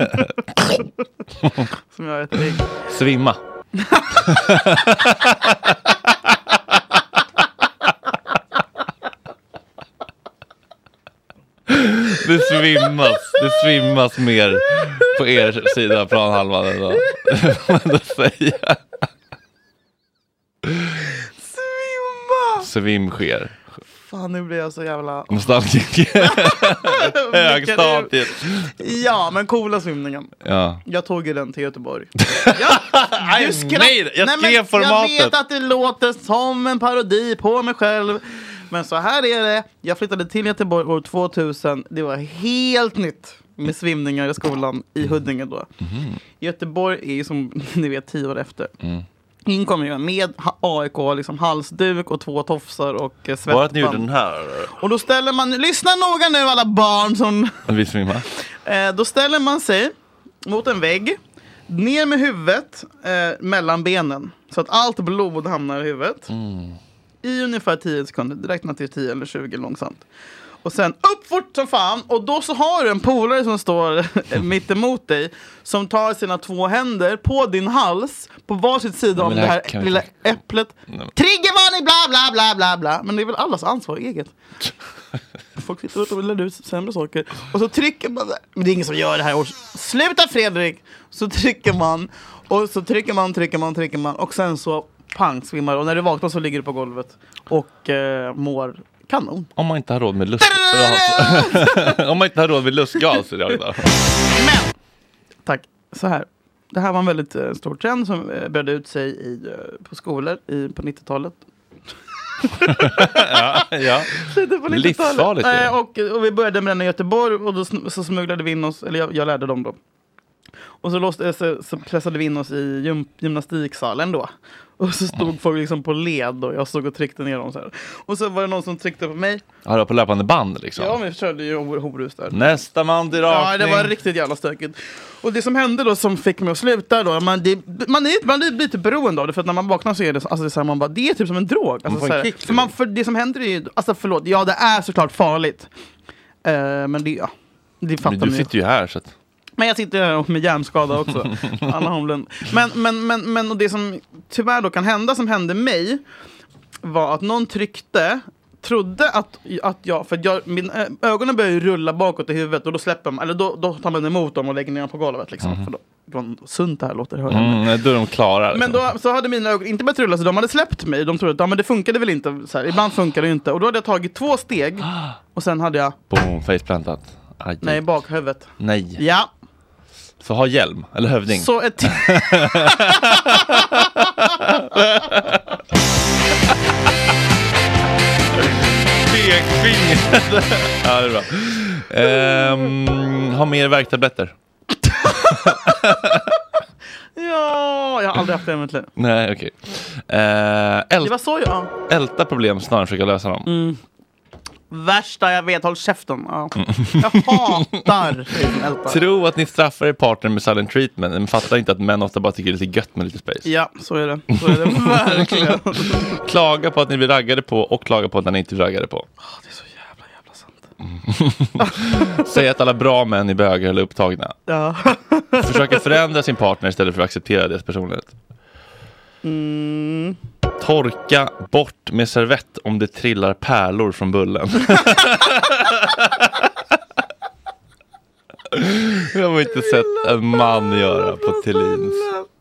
Som jag äter ägg. Svimma. Det svimmas, det svimmas mer på er sida av planhalvan än vad man säga. Svimma! Svim sker. Fan, nu blir jag så jävla... Nostalgisk. Högstadiet. Ja, men coola svimningen. Ja. Jag tog ju den till Göteborg. Ja, du skratt... Nej, jag skrev Nej, men formatet. Jag vet att det låter som en parodi på mig själv. Men så här är det. Jag flyttade till Göteborg år tvåtusen. Det var helt nytt med svimningar i skolan i Huddinge då. Mm. Göteborg är ju som ni vet tio år efter. Mm. In kommer jag med A I K, liksom halsduk och två tofsar och svettband. Var att ni gjorde den här? Och då ställer man, lyssna noga nu alla barn som... Vi svimmar. eh, då ställer man sig mot en vägg, ner med huvudet eh, mellan benen. Så att allt blod hamnar i huvudet. Mm. I ungefär tio sekunder, räkna till tio eller tjugo långsamt. Och sen upp fort som fan. Och då så har du en polare som står mitt emot dig, som tar sina två händer på din hals på varsitt sida om det här, det här lilla inte... äpplet. Triggervarning, bla bla bla bla bla. Men det är väl allas ansvar eget. Folk sitter och lär ut sämre saker. Och så trycker man, men det är ingen som gör det här. Sluta Fredrik! Så trycker man. Och så trycker man, trycker man, trycker man. Och sen så pang, svimmar. Och när du vaknar så ligger du på golvet och eh, mår kanon. Om man inte har råd med lust. Om man inte har råd med lustgas idag. Men, tack. Så här. Det här var en väldigt uh, stor trend som uh, började ut sig i, uh, på skolor i, på nittiotalet. ja, ja. På livsfarligt. Uh, och, och vi började med den i Göteborg och då sn- så smugglade vi in oss, eller jag, jag lärde dem då. Och så, låste, så, så pressade vi in oss i gym, gymnastiksalen då. Och så stod folk liksom på led och jag stod och tryckte ner dem så här. Och så var det någon som tryckte på mig. Ja, det på löpande band liksom. Ja, men vi körde ju horus där. Nästa man till rakning. Ja, det var riktigt jävla stökigt. Och det som hände då som fick mig att sluta då, man, det, man, är, man blir lite beroende av det, för att när man vaknar så är det, alltså, det, så här, man bara, det är typ som en drog. Alltså, man så här, kick, för, man, för det som händer är ju, alltså förlåt, ja det är såklart farligt. Uh, men det, ja, det fattar man ju. Du sitter ju här så att... Men jag sitter här med hjärnskada också. Alla Holmlund. Men, men, men, men och det som tyvärr då kan hända, som hände mig, var att någon tryckte, trodde att, att jag, för jag, min, ögonen börjar ju rulla bakåt i huvudet och då släpper man, eller då, då tar man emot dem och lägger ner dem på golvet liksom. Mm. För då, då, sunt det här låter det. Mm, då är de klara. Liksom. Men då så hade mina ögon inte börjat rulla, så de hade släppt mig. De trodde att ja, men det funkade väl inte. Så här, ibland funkar det ju inte. Och då hade jag tagit två steg och sen hade jag... Boom, faceplantat. Aj, nej, bakhuvudet. Nej. Ja. Så ha hjälm, eller hövding. Så ett... Pekfinger. Ja, det är bra. Um, ha mer värktabletter. Ja, jag har aldrig haft det i mitt liv. Nej, okej. Okay. Uh, ält- det var så, ja. Älta problem snarare än försöka lösa dem. Mm. Värsta jag vet, håll käften. Ja. Jag hatar älta. Tro att ni straffar er partner med silent treatment, men fattar inte att män ofta bara tycker det är lite gött med lite space. Ja, så är det. Så är det verkligen. Klaga på att ni blir raggade på och klaga på att ni inte blir raggade på. Oh, det är så jävla jävla sant. Mm. Säg att alla bra män är bögar eller upptagna. Ja. Försöka förändra sin partner istället för att acceptera deras personlighet. Mm. Torka bort med servett om det trillar pärlor från bullen. Jag har inte sett en man göra på Thelins.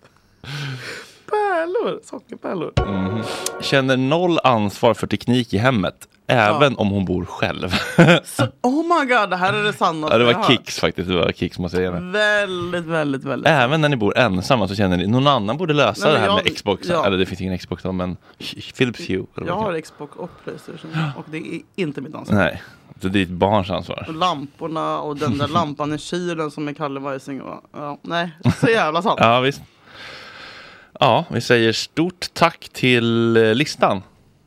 Pärlor, sockerpärlor. Mm. Känner noll ansvar för teknik i hemmet. Även ja. om hon bor själv. Så, oh my god, det här är det sanna. Ja, det var Kicks faktiskt. Det var Kicks, måste jag säga. Väldigt, väldigt, väldigt. Även när ni bor ensamma så känner ni någon annan borde lösa Nej, det här jag, med Xbox. Ja. Eller det finns ingen Xbox då, men Philips Hue. Jag har Xbox och PlayStation. Och det är inte mitt ansvar. Nej, det är ditt barns ansvar. Och lamporna och den där lampan i kylen som är Kalle Weising. Ja, nej, så jävla sant. Ja, visst. Ja, vi säger stort tack till eh, listan.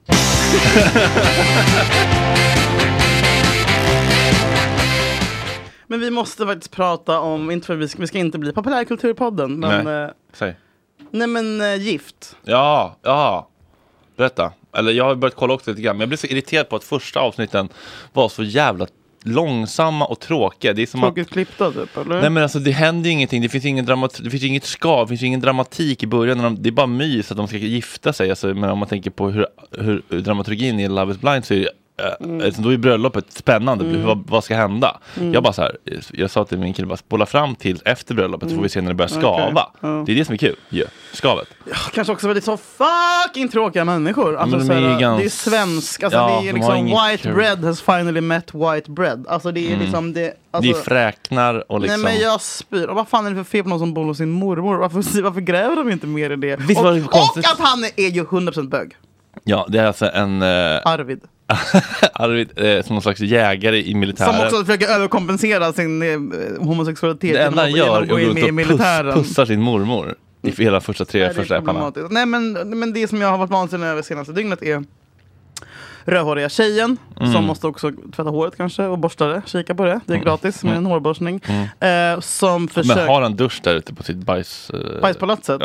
Men vi måste faktiskt prata om, inte för vi ska, vi ska inte bli populärkulturpodden, men nej, eh, säg. Nej men eh, gift. Ja, ja. Berätta. Eller jag har börjat kolla också lite grann, men jag blev så irriterad på att första avsnitten var så jävla långsamma och tråkiga. Det är som Tråkigt att... klippta typ, eller? Nej men alltså det händer ju ingenting. Det finns ingen dramat... det finns inget skav, det finns ingen dramatik i början. De... Det är bara mys att de ska gifta sig. Alltså, men om man tänker på hur, hur dramaturgin i Love is Blind så är det Mm. Då är bröllopet spännande. Mm. vad, vad ska hända? Mm. Jag bara så här, jag sa till min kille bara spola fram till efter bröllopet mm. så får vi se när det börjar skava. Okay. Uh. Det är det som är kul, yeah. Skavet. Ja, kanske också för det är så fucking tråkiga människor. Alltså, de så är här, gans... det är svensk. Alltså, ja, det är liksom white kul. bread has finally met white bread. Alltså det är mm. liksom det, alltså... det är fräknar och liksom. Nej men jag spyr. Och vad fan är det för fel på någon som bor hos sin mormor? Varför, varför gräver de inte mer i det? Visst och, var det och att han är ju hundra procent bög. Ja, det är alltså en uh... Arvid. Arvid, eh, som någon slags jägare i militären. Som också försöker överkompensera sin eh, homosexualitet. Det enda han gör är att gå ut och puss, pussar sin mormor i hela första tre Nej, första äpparna. Nej men, men det som jag har varit vansinnig över senaste dygnet är rödhåriga tjejen mm. som måste också tvätta håret kanske och borsta det, kika på det. Det är mm. gratis med en hårborstning. Mm. Eh, som försöker... Men har han dusch där ute på sitt bajs... Eh... Bajspalatset?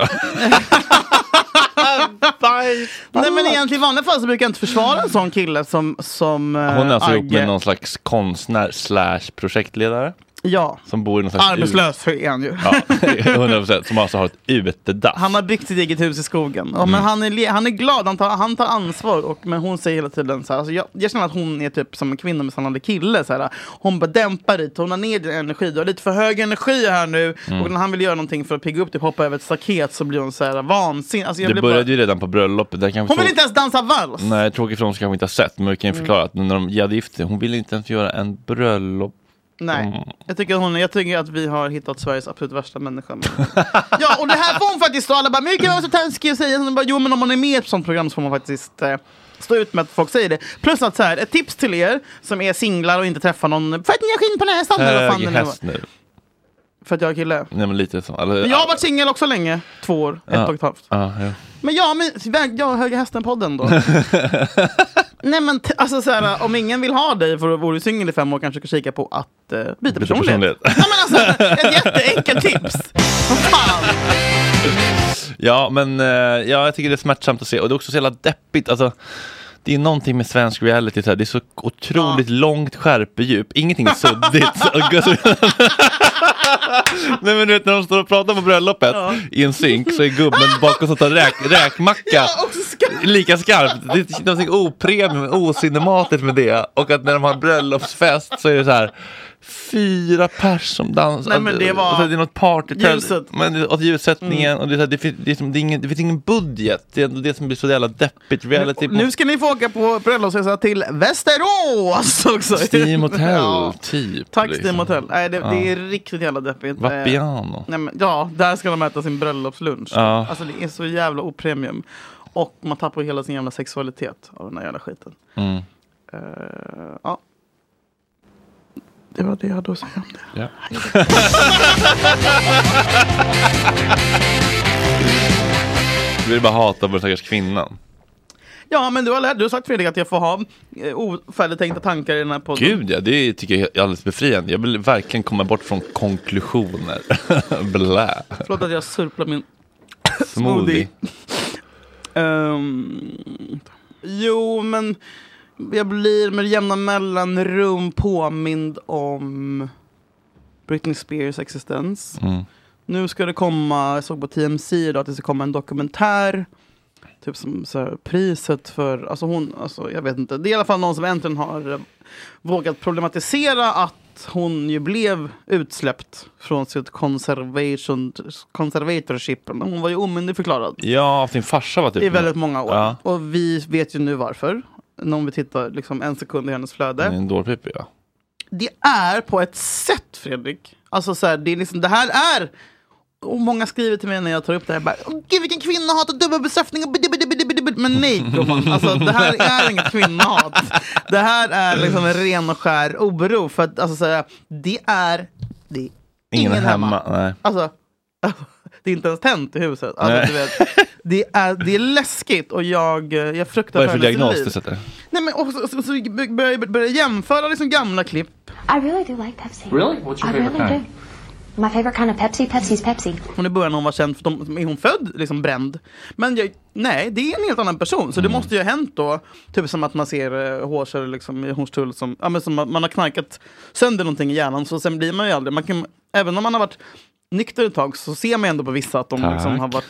Nej men egentligen i vanliga fall så brukar jag inte försvara en sån kille som, som uh, hon är alltså Agge. ihop med någon slags konstnär slash projektledare. Ja, som bor i någon slags arbetslös ut... är han ju. Ja, hundra procent. Som alltså har ett utedass. Han har byggt sitt eget hus i skogen. Ja, mm. Men han är, han är glad, han tar, han tar ansvar. Och, men hon säger hela tiden så här, alltså jag, jag känner att hon är typ som en kvinna med sannande kille så här. Hon bara dämpar lite, hon har ner din energi. Du har lite för hög energi här nu. Mm. Och när han vill göra någonting för att pigga upp, typ hoppa över ett staket, så blir hon så här vansinnig. Alltså, det började bara... ju redan på bröllopet. Där kan hon vill så... inte ens dansa vals. Nej, tråkigt för hon kanske inte har sett. Men vi kan ju förklara att när de hade gift sig, hon ville inte ens göra en bröllop. Nej, mm. jag, tycker hon, jag tycker att vi har hittat Sveriges absolut värsta människa. Ja, och det här får hon faktiskt stå. Alla bara, men hur kan man vara så taskig och säga? Bara, jo, men om man är med på sånt program så får man faktiskt eh, stå ut med att folk säger det. Plus att så här, ett tips till er som är singlar och inte träffar någon. För att ni har skinn på nästan. Hög eller häst nu. För att jag är kille. Nej, men lite så. Eller, men jag har varit singel också länge. Två år, ett ja. och ett halvt. Ja, ja. Men ja, men jag har Höga Hästen-podden då. Nej men t- alltså såhär, om ingen vill ha dig för att vara singel i fem år kanske ska kika på att uh, byta, byta personlighet. Ja men alltså, ett jätteenkelt tips. Vad fan? Ja men uh, ja, jag tycker det är smärtsamt att se. Och det är också så jävla deppigt. Alltså, det är någonting med svensk reality så här. Det är så otroligt ja. långt skärpedjup. Ingenting är suddigt. Nej men du vet när de står och pratar på bröllopet ja. i en synk så är gubben bakom som tar räk, räkmacka ja, skarp. lika skarpt. Det är någonting opremium, ocinematiskt med det. Och att när de har bröllopsfest så är det så här fyra pers som dansar. Nej men det var alltså, det är något party ljuset. Men och ljussättningen mm. och det, är så här, det, finns, det, är som, det, är ingen, det finns ingen budget. Det är det som blir så jävla deppigt reality. Nu, nu ska ni få åka på bröllopsresa till Västerås också. Steam Hotel ja. typ. Tack liksom. Steam Hotel. Nej det, ja. det är riktigt jävla deppigt. Vapiano. Nej, men, ja, där ska de äta sin bröllopslunch. Ja. Alltså det är så jävla opremium. Och man tappar hela sin jävla sexualitet av den här jävla skiten. Mm. Uh, ja. Det var det jag hade att säga om det. Ja. Du vill bara hata på den stackars kvinnan. Ja, men du har, lärt, du har sagt Fredrik att jag får ha eh, ofärdigtänkta tankar i den här podden. Gud, ja, det tycker jag är alldeles befriande. Jag vill verkligen komma bort från konklusioner. Blä. Förlåt att jag surplar min smoothie. um, jo, men... Jag blir med jämna mellanrum påmind om Britney Spears existens. Mm. Nu ska det komma, jag såg på T M C idag att det ska komma en dokumentär typ som så här, priset för, alltså hon, alltså jag vet inte, det är i alla fall någon som äntligen har eh, vågat problematisera att hon ju blev utsläppt från sitt conservation, conservatorship. Hon var ju omyndigförklarad. Ja, sin farsa var typ... I väldigt många år. Ja. Och vi vet ju nu varför. Om vi tittar liksom en sekund i hennes flöde. En dårpipa, ja. Det är på ett sätt, Fredrik. Alltså så här, det är liksom, det här är... Och många skriver till mig när jag tar upp det här bara, åh gud vilken kvinnohat och dubbelbestraffning och men nej, gumman. Alltså det här är inget kvinnohat. Det här är liksom en ren och skär oro. För att alltså så här, det är det är ingen, ingen hemma, hemma. Nej. Alltså det är inte ens tänt i huset. Alltså, du vet, det, är, det är läskigt och jag, jag fruktar. Vad är det för diagnos du sätter? Nej, men och så, så, så börjar jag börja jämföra liksom gamla klipp. I really do like Pepsi. Really? What's your I favorite really kind? do. My favorite kind of Pepsi, Pepsi's Pepsi. Hon i början hon var känd för de, är hon född liksom bränd. Men jag, nej, det är en helt annan person. Så mm. det måste ju ha hänt då. Typ som att man ser uh, hårser liksom, i Hornstull som, ja, men som man har knarkat sönder någonting i hjärnan. Så sen blir man ju aldrig. Man kan, även om man har varit nykter ett tag så ser man ändå på vissa att de liksom har varit...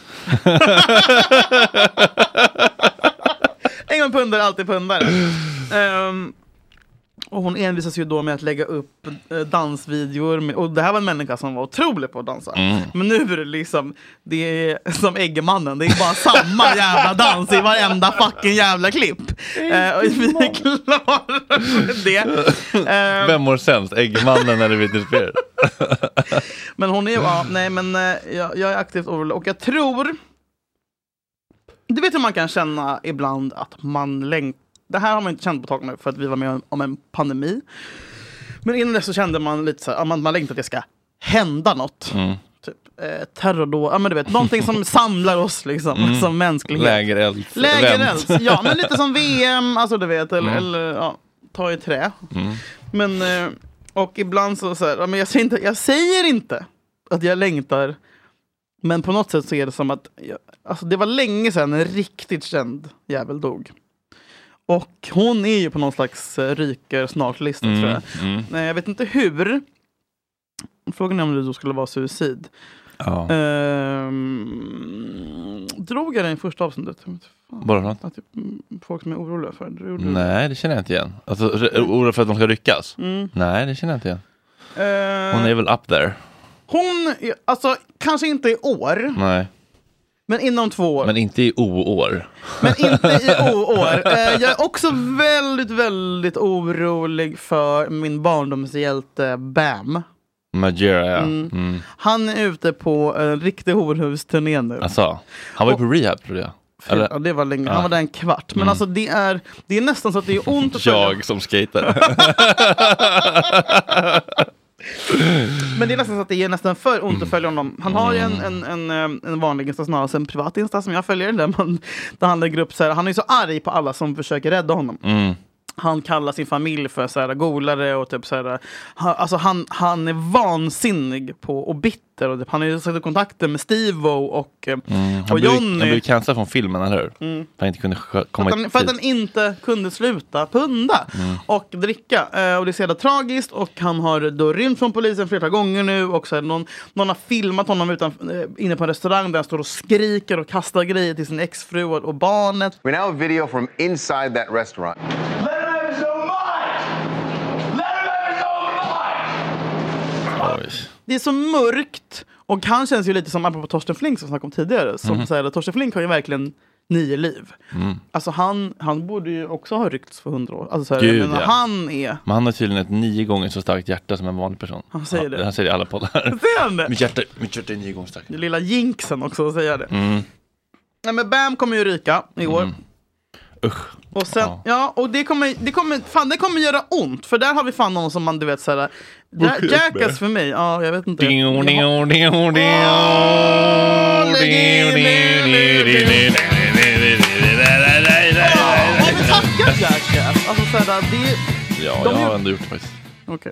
en gång pundare, alltid pundare. Um, Och hon envisas ju då med att lägga upp eh, dansvideor med, och det här var en människa som var otrolig på att dansa. Mm. Men nu är det liksom, det är som Äggemannen, det är bara samma jävla dans i varenda fucking jävla klipp. Eh, och vi är klara med det. Eh, Vem mår sämst? Äggemannen eller Britney Spears? Men hon är, ja, nej men eh, jag, jag är aktivt orolig och jag tror, du vet hur man kan känna ibland att man längtar. Det här har man inte känt på tag nu för att vi var med om en pandemi. Men innan det så kände man lite så här, man, man längtar att det ska hända något. Mm. Typ eh, terror då, ja men du vet, någonting som samlar oss liksom, mm. som mänsklighet. Lägerelds. Lägerelds, ja men lite som V M, alltså du vet, eller, mm. eller ja, ta i trä. Mm. Men, eh, och ibland så, så här, ja, men jag säger, inte, jag säger inte att jag längtar. Men på något sätt så är det som att, jag, alltså det var länge sedan en riktigt känd jävel dog. Och hon är ju på någon slags uh, ryker snart-lista mm, tror jag. Mm. Nej, jag vet inte hur. Frågan är om det då skulle vara suicid. Ja. Ehm, drog jag den i första avsnittet? Bara något? Att, typ, folk som är oroliga för det. Nej, det känner jag inte igen. Alltså, orolig för att de ska ryckas? Mm. Nej, det känner jag inte igen. Ehm, hon är väl up there? Hon, alltså kanske inte i år. Nej. Men inom två år. Men inte i o-år. Men inte i o-år. Eh, jag är också väldigt, väldigt orolig för min barndomshjälte Bam. Majera, ja. Mm. Mm. Han är ute på en riktig horhusturné nu. Alltså, han var ju på rehab, tror jag. Eller? Ja, det var länge. Ja. Han var där en kvart. Men mm. alltså det är, det är nästan så att det är ont att jag följa. Som skater. Men det är nästan så att det är nästan för ont att följa honom. Han har ju en, en, en, en vanlig Insta, snarare en privat Insta som jag följer. Där, man, där han lägger upp så här, han är så arg på alla som försöker rädda honom. Mm. Han kallar sin familj för så här golare och typ så här, han, alltså han, han är vansinnig på och bitter och typ, han har ju satt kontakter med Steve och, mm. och Johnny. Han blev cancellad från filmen, eller hur? Mm. För han inte kunde komma för att, han, för att han inte kunde sluta punda mm. och dricka. Och det är så jävla tragiskt och han har då rymt från polisen flera gånger nu och så här, någon, någon har filmat honom utan, inne på en restaurang där han står och skriker och kastar grejer till sin exfru och, och barnet. We now have video from inside that restaurant. Det är så mörkt. Och han känns ju lite som apropå Torsten Flink som vi snackade om tidigare. Som mm. säger att Torsten Flink har ju verkligen nio liv. Mm. Alltså han, han borde ju också ha ryckts för hundra år. Alltså så här, Gud, jag menar, ja. han är... Men han har tydligen ett nio gånger så starkt hjärta som en vanlig person. Han säger det. Ja, han säger det i alla poddar. Säger han det? Mitt hjärta, mitt hjärta är nio gånger starkt. Det lilla jinxen också säger det. Mm. Nej, men Bam kommer ju ryka i år. Mm. Usch. Och sen, ja, ja och det kommer, det kommer, fan det kommer göra ont. För där har vi fan någon som man, du vet såhär, Jackass för mig, ja jag vet inte. Ja, har vi tackat Jackass? Alltså såhär, det... Ja, jag har ändå gjort det faktiskt. Okej.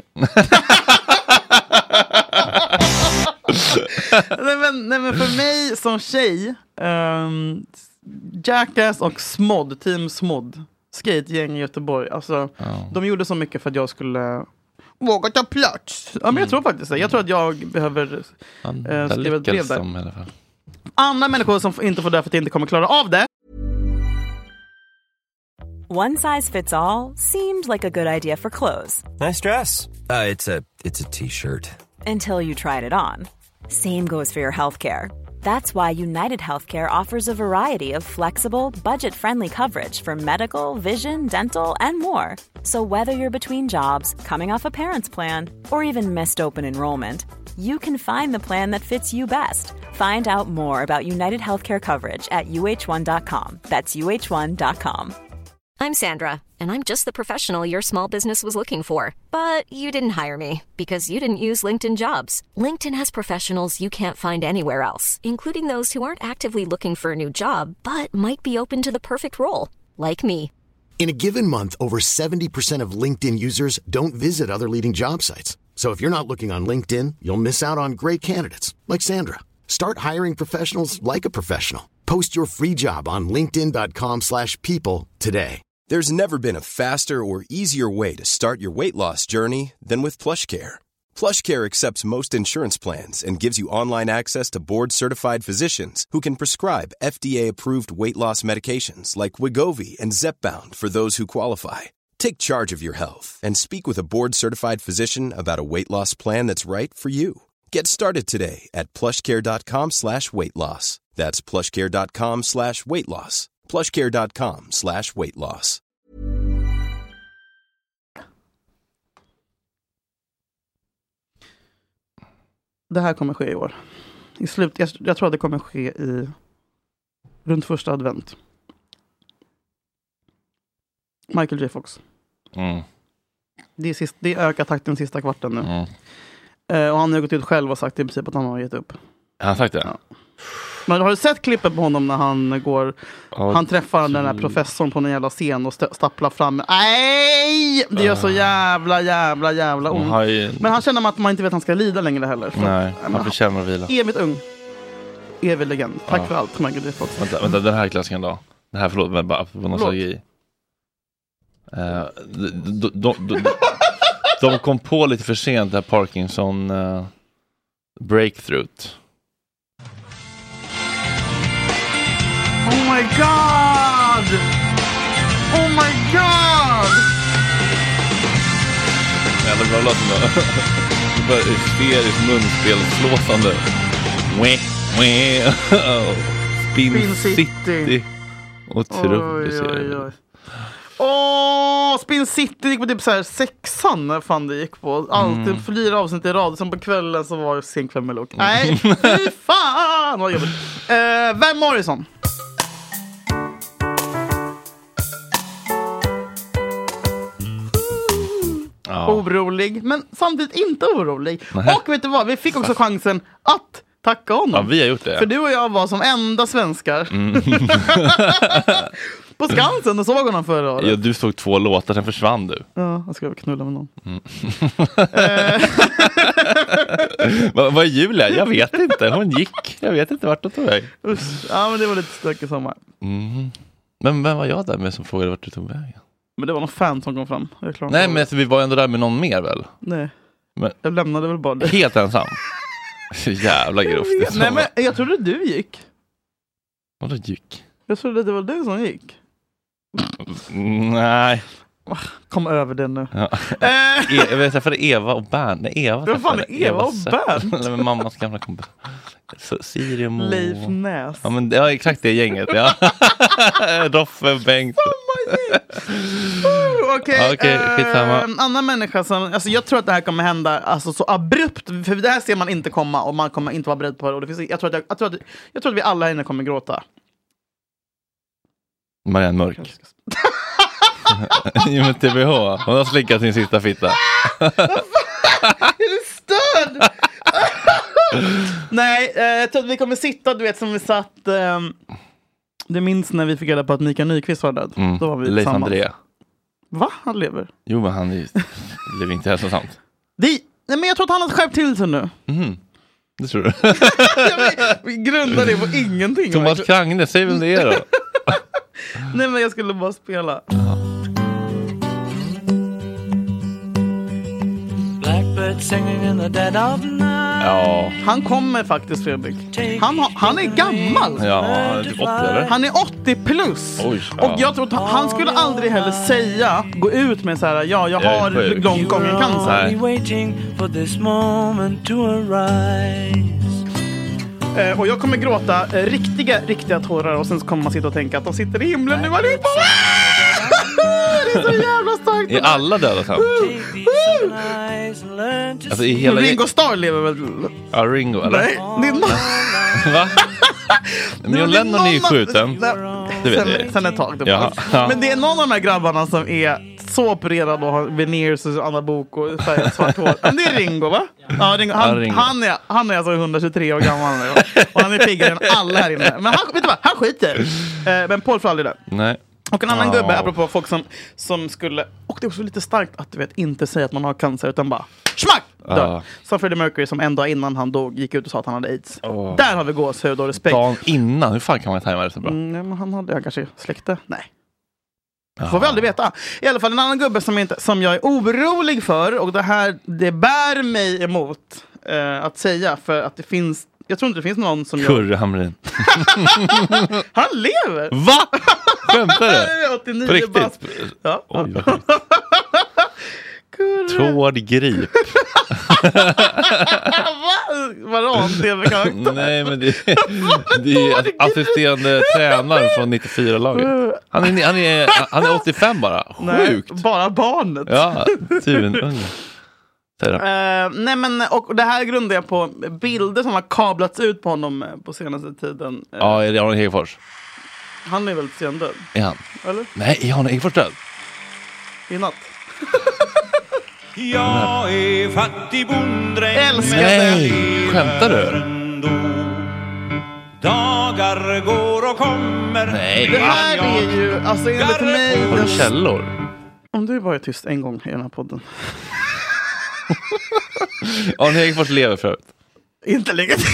nej, men, nej men för mig som tjej, um, Jackass och Smod, Team Smod, skategäng i Göteborg. Alltså, oh. de gjorde så mycket för att jag skulle våga ta plats. Ja, men mm. jag tror faktiskt det. Jag tror att jag behöver äh, skriva ett brev där. Andra människor som inte får det för att jag inte kommer klara av det. One size fits all seemed like a good idea for clothes. Nice dress. Uh, it's a it's a t-shirt. Until you tried it on. Same goes for your healthcare. That's why United Healthcare offers a variety of flexible, budget-friendly coverage for medical, vision, dental, and more. So whether you're between jobs, coming off a parent's plan, or even missed open enrollment, you can find the plan that fits you best. Find out more about United Healthcare coverage at U H one dot com. That's U H one dot com. I'm Sandra, and I'm just the professional your small business was looking for. But you didn't hire me because you didn't use LinkedIn Jobs. LinkedIn has professionals you can't find anywhere else, including those who aren't actively looking for a new job, but might be open to the perfect role, like me. In a given month, over seventy percent of LinkedIn users don't visit other leading job sites. So if you're not looking on LinkedIn, you'll miss out on great candidates like Sandra. Start hiring professionals like a professional. Post your free job on linkedin dot com slash people today. There's never been a faster or easier way to start your weight loss journey than with PlushCare. PlushCare accepts most insurance plans and gives you online access to board-certified physicians who can prescribe F D A-approved weight loss medications like Wegovy and Zepbound for those who qualify. Take charge of your health and speak with a board-certified physician about a weight loss plan that's right for you. Get started today at plushcare.com slash weight loss. That's plushcare.com slash weight loss. plushcare.com slash weight loss. Det här kommer ske i år. I slut, jag, jag tror att det kommer ske i runt första advent. Michael J. Fox. Mm. Det är, sist, det är ökat takten sista kvarten nu. Mm. Uh, och han har gått ut själv och sagt i princip att han har gett upp. Han har sagt det? Ja. Men har du sett klippet på honom när han går... Oh, han träffar den där professorn på en jävla scen och st- stapplar fram. Nej! Det gör så jävla, jävla, jävla ont. Ju... Men han känner att man inte vet att han ska lida längre heller. För, Nej, han förtjänar att vila. Evigt ung. Evig legend. Tack ja. för allt, Michael J. Fox. Vänta, vänta, den här klassiken då. Det här, förlåt, men bara på nostalgi. Uh, de, de, de, de, de kom på lite för sent det här Parkinson uh, breakthrough. Oh my god! Oh my god! Jävla bra låt då. Det var hysteriskt munspelslåsande. Weh, weh. Spin, Spin City. City. Otroligt serie. Åh, oh, Spin City gick på typ så här sexan när fan det gick på. Alltid mm. fyra avsnitt i rad. Som på kvällen så var det sen kväll med lok. Nej, fy fan vad jobbigt. Uh, Van Morrison. Ja. Orolig, men samtidigt inte orolig. Nähe. Och vet du vad, vi fick också chansen att tacka honom. Ja, vi har gjort det. För du och jag var som enda svenskar mm. på Skansen och såg honom förra året. Ja, du såg två låtar, sen försvann du. Ja, jag ska knulla med någon. Mm. Vad var Julia? Jag vet inte, hon gick. Jag vet inte vart hon tog väg. Usch. Ja, men det var lite stökig sommar. Mm. Men vem var jag där med som frågade vart du tog vägen? Men det var någon fan som kom fram. Jag Nej, men alltså, vi var ändå där med någon mer väl? Nej, men, jag lämnade väl bara det. Helt ensam? Så jävla grovt. Nej, men jag trodde du gick. Vadå gick? Jag trodde det var du som gick. Nej. Kom över den nu. Ja. e- jag vet för Eva och Bernt. Nej, Eva. Vad fan är Eva och Bernt? Nej, men mammas gamla kompis. Siri och Leif Näs. Ja, men ja, exakt det gänget. Ja. Roffe, Bengt. Okej, okay, uh, en annan människa som, alltså jag tror att det här kommer hända alltså, så abrupt, för det här ser man inte komma och man kommer inte vara beredd på det. Och det finns, jag, tror att jag, jag, tror att, jag tror att vi alla här inne kommer gråta. Marianne Mörk. Jo, men T B H. Hon har slickat sin sista fitta. Är du störd? Nej, eh, jag tror att vi kommer sitta, du vet, som vi satt eh, det minns när vi fick reda på att Mikael Nyqvist var död. Mm. Då var vi Leif André. Va? Han lever? Jo, men han är, lever inte hälsosamt. Det, nej, men jag tror att han har skärpt till sig nu. Mm. Det tror du? Ja, vi grundar det på ingenting. Thomas Krangne, säg väl det då? Nej, men jag skulle bara spela. Blackbird singing in the dead of night. Ja. Han kommer faktiskt, Fredrik. Han, har, han är gammal. Ja, typ åttio eller? Han är åttio plus. Oj, ja. Och jag tror att han, han skulle aldrig heller säga, gå ut med så här, ja, jag har långt gången cancer. Eh, och jag kommer gråta eh, riktiga, riktiga tårar. Och sen så kommer man sitta och tänka att de sitter i himlen nu allihopa. Det är så jävla starkt. Är alla döda sen? Alltså i hela... Ringo Starr lever väl? Ja, Ringo, eller? Nej, det är någon... Va? Men John Lennon är ju skjuten. Det vet sen, jag. sen ett tag. Ja. Ja. Men det är någon av de här grabbarna som är så opererad och har veneers och Anna Bok och färgat svart hår. Men det är Ringo, va? Ja, Ringo. Han, Ja, Ringo. han, är, han är alltså hundratjugotre år gammal nu. Och han är piggare än alla här inne. Men han, vet du vad? Han skiter. Eh, men Paul får aldrig det. Nej. Och en annan Oh. gubbe, apropå folk som, som skulle... Och det är också lite starkt att du vet inte säga att man har cancer, utan bara smack! Dör. Oh. Som Freddie Mercury som en dag innan han dog gick ut och sa att han hade aids. Oh. Där har vi gåshud och respekt. Dagen innan, hur fan kan man tajma det så bra? Mm, nej, men han hade jag kanske släkte. Nej. Oh. Får vi aldrig veta. I alla fall en annan gubbe som, inte, som jag är orolig för, och det här, det bär mig emot eh, att säga, för att det finns... Jag tror inte det finns någon som... Kurre Hamrin. Han lever! Va? Skämtar du? åttionio På riktigt? Bast. Ja. Oj, vad sjukt. Tråd grip. Vadå? Nej, men det, det är assisterande tränare från nittiofyra-laget. Han är, han, är, han är åttiofem bara. Sjukt. Nej, bara barnet. Ja, tyven. Uh, nej men, och det här grundar jag på bilder som har kablats ut på honom på senaste tiden. Uh, ja, är det Arne Hegerfors? Han är väl stendöd? Är han? Eller? Nej, är Arne Hegerfors död? I natt. Jag är fattig bonddräng. Älskar Nej, skämtar du? Dagar går och kommer. Nej. Det här är ju, alltså enligt mig... Har du källor? Om du var tyst en gång i den här podden. Arne Hegerfors lever förut. Inte länge till.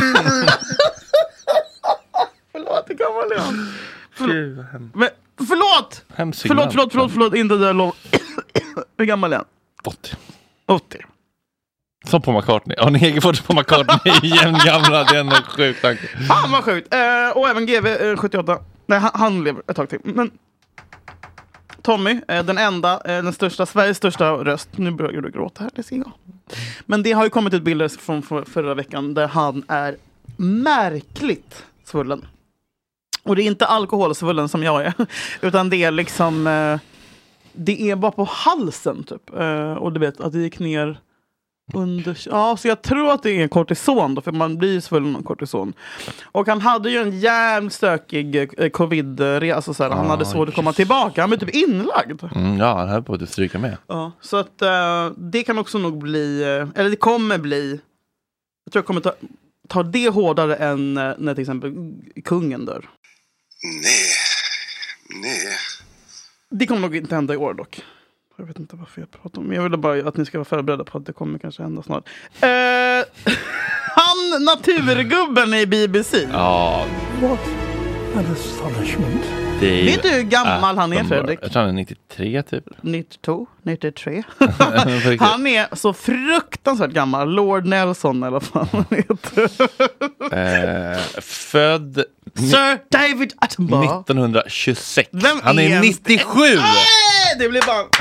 Förlåt, det kan vara Leon. Förlåt. Men, förlåt! Förlåt, förlåt, förlåt, förlåt. Inte det lov. Hur gammal är han? åttio. åttio. Som på McCartney. Arne Hegerfors på McCartney igen gamla. Det är en sjuk tanke. Fan vad sjukt. Eh, och även G V eh, sjuttioåtta. Nej, han, han lever ett tag till. Men Tommy, eh, den enda, eh, den största, Sveriges största röst. Nu börjar du gråta här, det ser jag. Men det har ju kommit ut bilder från för, förra veckan där han är märkligt svullen. Och det är inte alkoholsvullen som jag är. Utan det är liksom... Eh, det är bara på halsen typ. Eh, och du vet att det gick ner under... Ja, så jag tror att det är kortison då. För man blir svullen av kortison. Och han hade ju en jävligt stökig eh, covid-resa. Alltså, så här, han ah, hade svårt att komma tillbaka. Han blev typ inlagd. Mm, ja, han höll på att stryka med. Ja, så att eh, det kan också nog bli... Eh, eller det kommer bli... Jag tror jag kommer ta, ta det hårdare än eh, när till exempel kungen dör. Nej, nej. Det kommer nog inte hända i år dock. Jag vet inte varför jag pratar om. Men jag ville bara att ni ska vara förberedda på att det kommer kanske hända snart. Eh, han, naturgubben i B B C. Ja. What an astonishment. Det är vet du hur gammal han är, Fredrik? Jag tror han är nittiotre typ. nittiotvå, nittiotre. Han är så fruktansvärt gammal. Lord Nelson eller vad han heter. eh, född Sir David Attenborough nittonhundratjugosex. Vem Han är en... nittiosju. Nej, det blir bara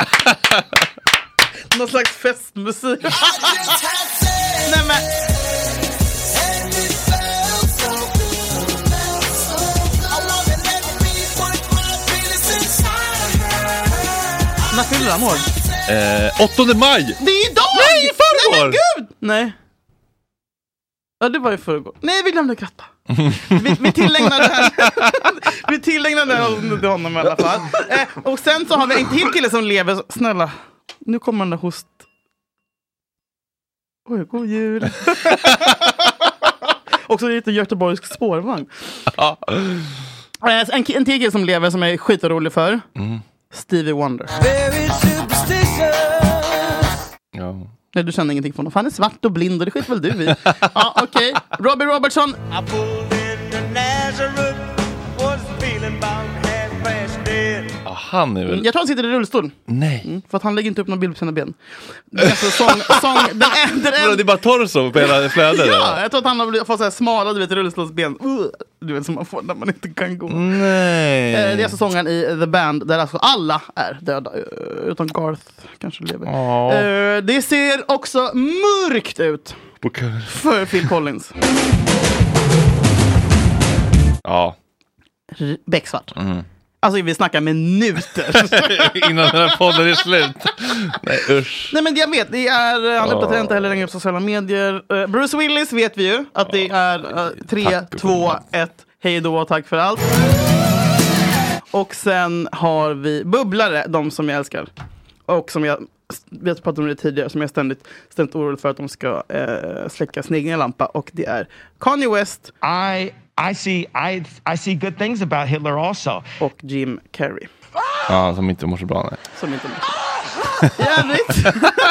någon slags festmusik. Nej men när fyller han år? Eh, åttonde maj! Det är idag! Nej, förrgår! Nej, men gud! Nej. Ja, det var ju förrgår. Nej, vi glömde gratta. Vi, vi tillägnade det här. Vi tillägnade det här till honom i alla fall. Eh, och sen så har vi en till kille som lever. Snälla, nu kommer den där host. Oj, god jul. Också lite göteborgsk spårvagn. Ja. Eh, en, en till kille som lever som är skitrolig för. Mm. Stevie Wonder. Ja. Nej, du känner ingenting för honom. Han är svart och blind och det skit väl du i. Ja, okej. Okay. Robbie Robertson. Oh, han är väl... Jag tror han sitter i rullstol. Nej. Mm, för att han lägger inte upp någon bild på sina ben. Det är, alltså sång, sång, den är, den är... det är bara torso på hela flödet. Ja, jag tror att han har fått så här smala, du vet, rullstolsben. Uh, du vet, som man får när man inte kan gå. Nej. Eh, det är alltså sångaren i The Band där alltså alla är döda. Utom Garth kanske lever. Oh. Eh, det ser också mörkt ut för Phil Collins. Ja. Becksvart. Mm. Alltså vi snackar minuter. Innan den här podden är slut. Nej, usch. Nej men jag vet, det är, han Oh. uppdaterar inte heller längre på sociala medier. uh, Bruce Willis vet vi ju att det är uh, tre, två, ett, hej då och tack för allt. Och sen har vi Bubblare, de som jag älskar. Och som jag vi har pratat om det tidigare, som jag ständigt ständigt orolig för att de ska uh, släcka sin egen lampa. Och det är Kanye West. I I see I I see good things about Hitler also. Och Jim Carrey. Ja, som inte mår så bra. Nej. Som inte mår så bra. Jävligt.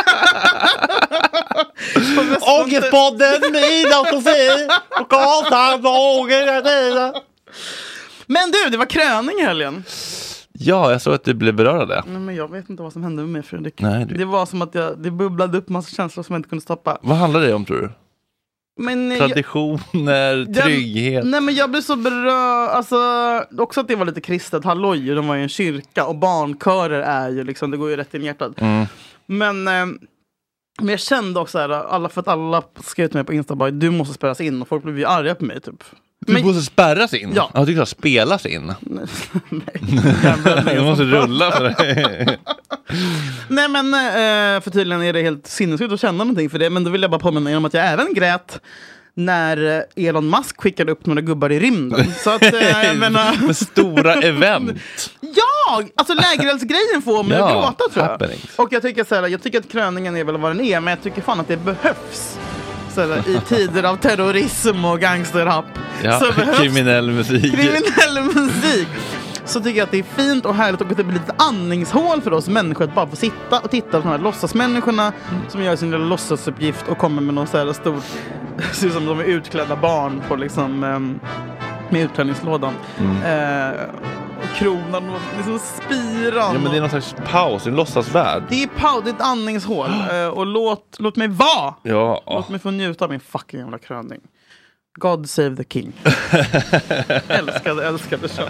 Ångestpodden med Ida och Sofie och Karlsson och Men du, det var kröning i helgen. Ja, jag såg att du blev berörd av det. Nej, men jag vet inte vad som hände med mig, Fredrik. Nej, du... Det var som att jag, det bubblade upp massa känslor som jag inte kunde stoppa. Vad handlar det om, tror du? Men, traditioner, jag, trygghet. Nej men jag blev så berörd. Alltså, också att det var lite kristet. Halloj, de var ju en kyrka. Och barnkörer är ju liksom, det går ju rätt in i hjärtat. Mm. Men, eh, men jag kände också här, alla, för att alla skrev till mig på Insta bara, du måste spärras in. Och folk blev ju arga på mig typ. Du men, måste spärras in? Ja. Jag tycker att spelas in. Nej. Du måste rulla för det. Nej men eh, för tydligen är det helt sinnessjukt att känna någonting för det. Men då vill jag bara påminna er om att jag även grät när Elon Musk skickade upp några gubbar i rymden. Så att eh, jag menar... Med stora event. Ja! Alltså lägereldsgrejen får mig ja, att gråta, tror jag. happenings. Och jag tycker, så här, jag tycker att kröningen är väl vad den är. Men jag tycker fan att det behövs. Så här, i tider av terrorism och gangsterrap. Ja, så behövs kriminell musik. Kriminell musik. Så tycker jag att det är fint och härligt och att det blir lite andningshål för oss människor att bara få sitta och titta på de här låtsasmänniskorna som gör sin lilla låtsasuppgift och kommer med någon så här stort, ser ut som de är utklädda barn på liksom um, med utklädningslådan. Mm. Uh, och kronan och liksom spiran. Ja, men det är någon slags paus, en låtsasvärld. Det är paus, det är ett andningshål. uh, och låt, låt mig vara. Ja. Låt mig få njuta av min fucking jävla kröning. God save the king. älskade, älskade kött.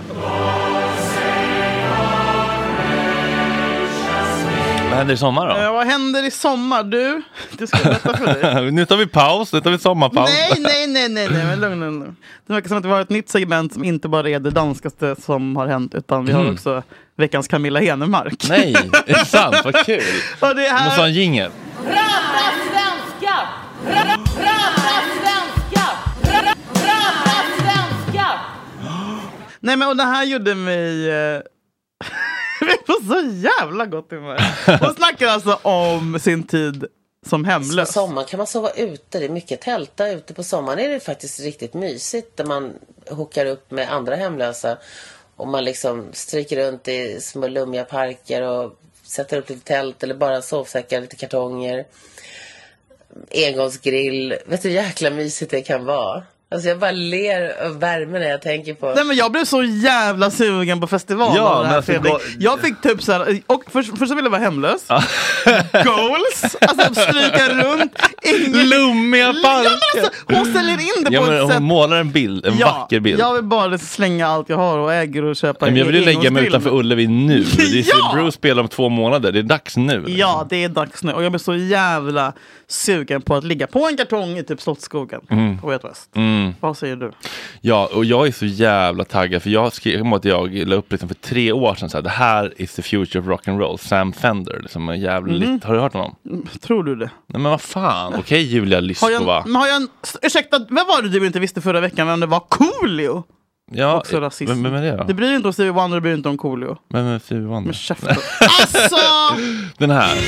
Vad händer i sommar då? Uh, vad händer i sommar, du? Det ska jag berätta för dig. Nu tar vi paus, nu tar vi sommarpaus. Nej, nej, nej, nej, nej, men lugn, lugn, lugn. Det verkar som att vi har ett nytt segment som inte bara är det danskaste som har hänt, utan vi har mm. också veckans Camilla Henemark. Nej, är det sant? Vad kul. Och det här... Måste ha en jingle. Prata svenska! Prata svenska! Prata svenska! Nej, men och det här gjorde mig... Eh... Vi var så jävla gott humör. Hon snackar alltså om sin tid som hemlös. På sommaren kan man sova ute. Det är mycket tälta ute. På sommaren är det faktiskt riktigt mysigt. Där man hookar upp med andra hemlösa. Och man liksom stryker runt i små lummiga parker. Och sätter upp lite tält. Eller bara sovsäckar, lite kartonger. Engångsgrill. Vet du hur jäkla mysigt det kan vara? Alltså jag bara ler av värme när jag tänker på... Nej men jag blev så jävla sugen på festival. Ja, här, alltså, gå... Jag fick typ så här... Och först, först så ville jag vara hemlös. Goals. Alltså stryka runt. Ingen... Lummiga parker. Ja, alltså, hon ställer in det ja, på men ett hon sätt. målar en bild, en ja, vacker bild. Jag vill bara slänga allt jag har och äger och köpa. Men jag vill ju lägga mig utanför Ullevi nu. Det är ja! Bruce spelar om två månader. Det är dags nu. Ja, det är dags nu. Och jag blir så jävla sugen på att ligga på en kartong i typ Slottsskogen mm. på Väst. Mm. Vad säger du? Ja, och jag är så jävla taggad. För jag skrev att jag la upp liksom för tre år sedan så här, det här is the future of rock and roll. Sam Fender, liksom en jävligt. Mm. Har du hört honom? Tror du det? Nej men vad fan. Okej, okay, Julia Lyskova. Men har jag en... Ursäkta, vad var det du inte visste förra veckan? Vem det var? Coolio? Ja, också rasism. Vem, vem är det då? Det bryr inte om Stevie Wonder, det bryr inte om Coolio. Vem är Stevie Wonder? Men käften. Alltså! Den här.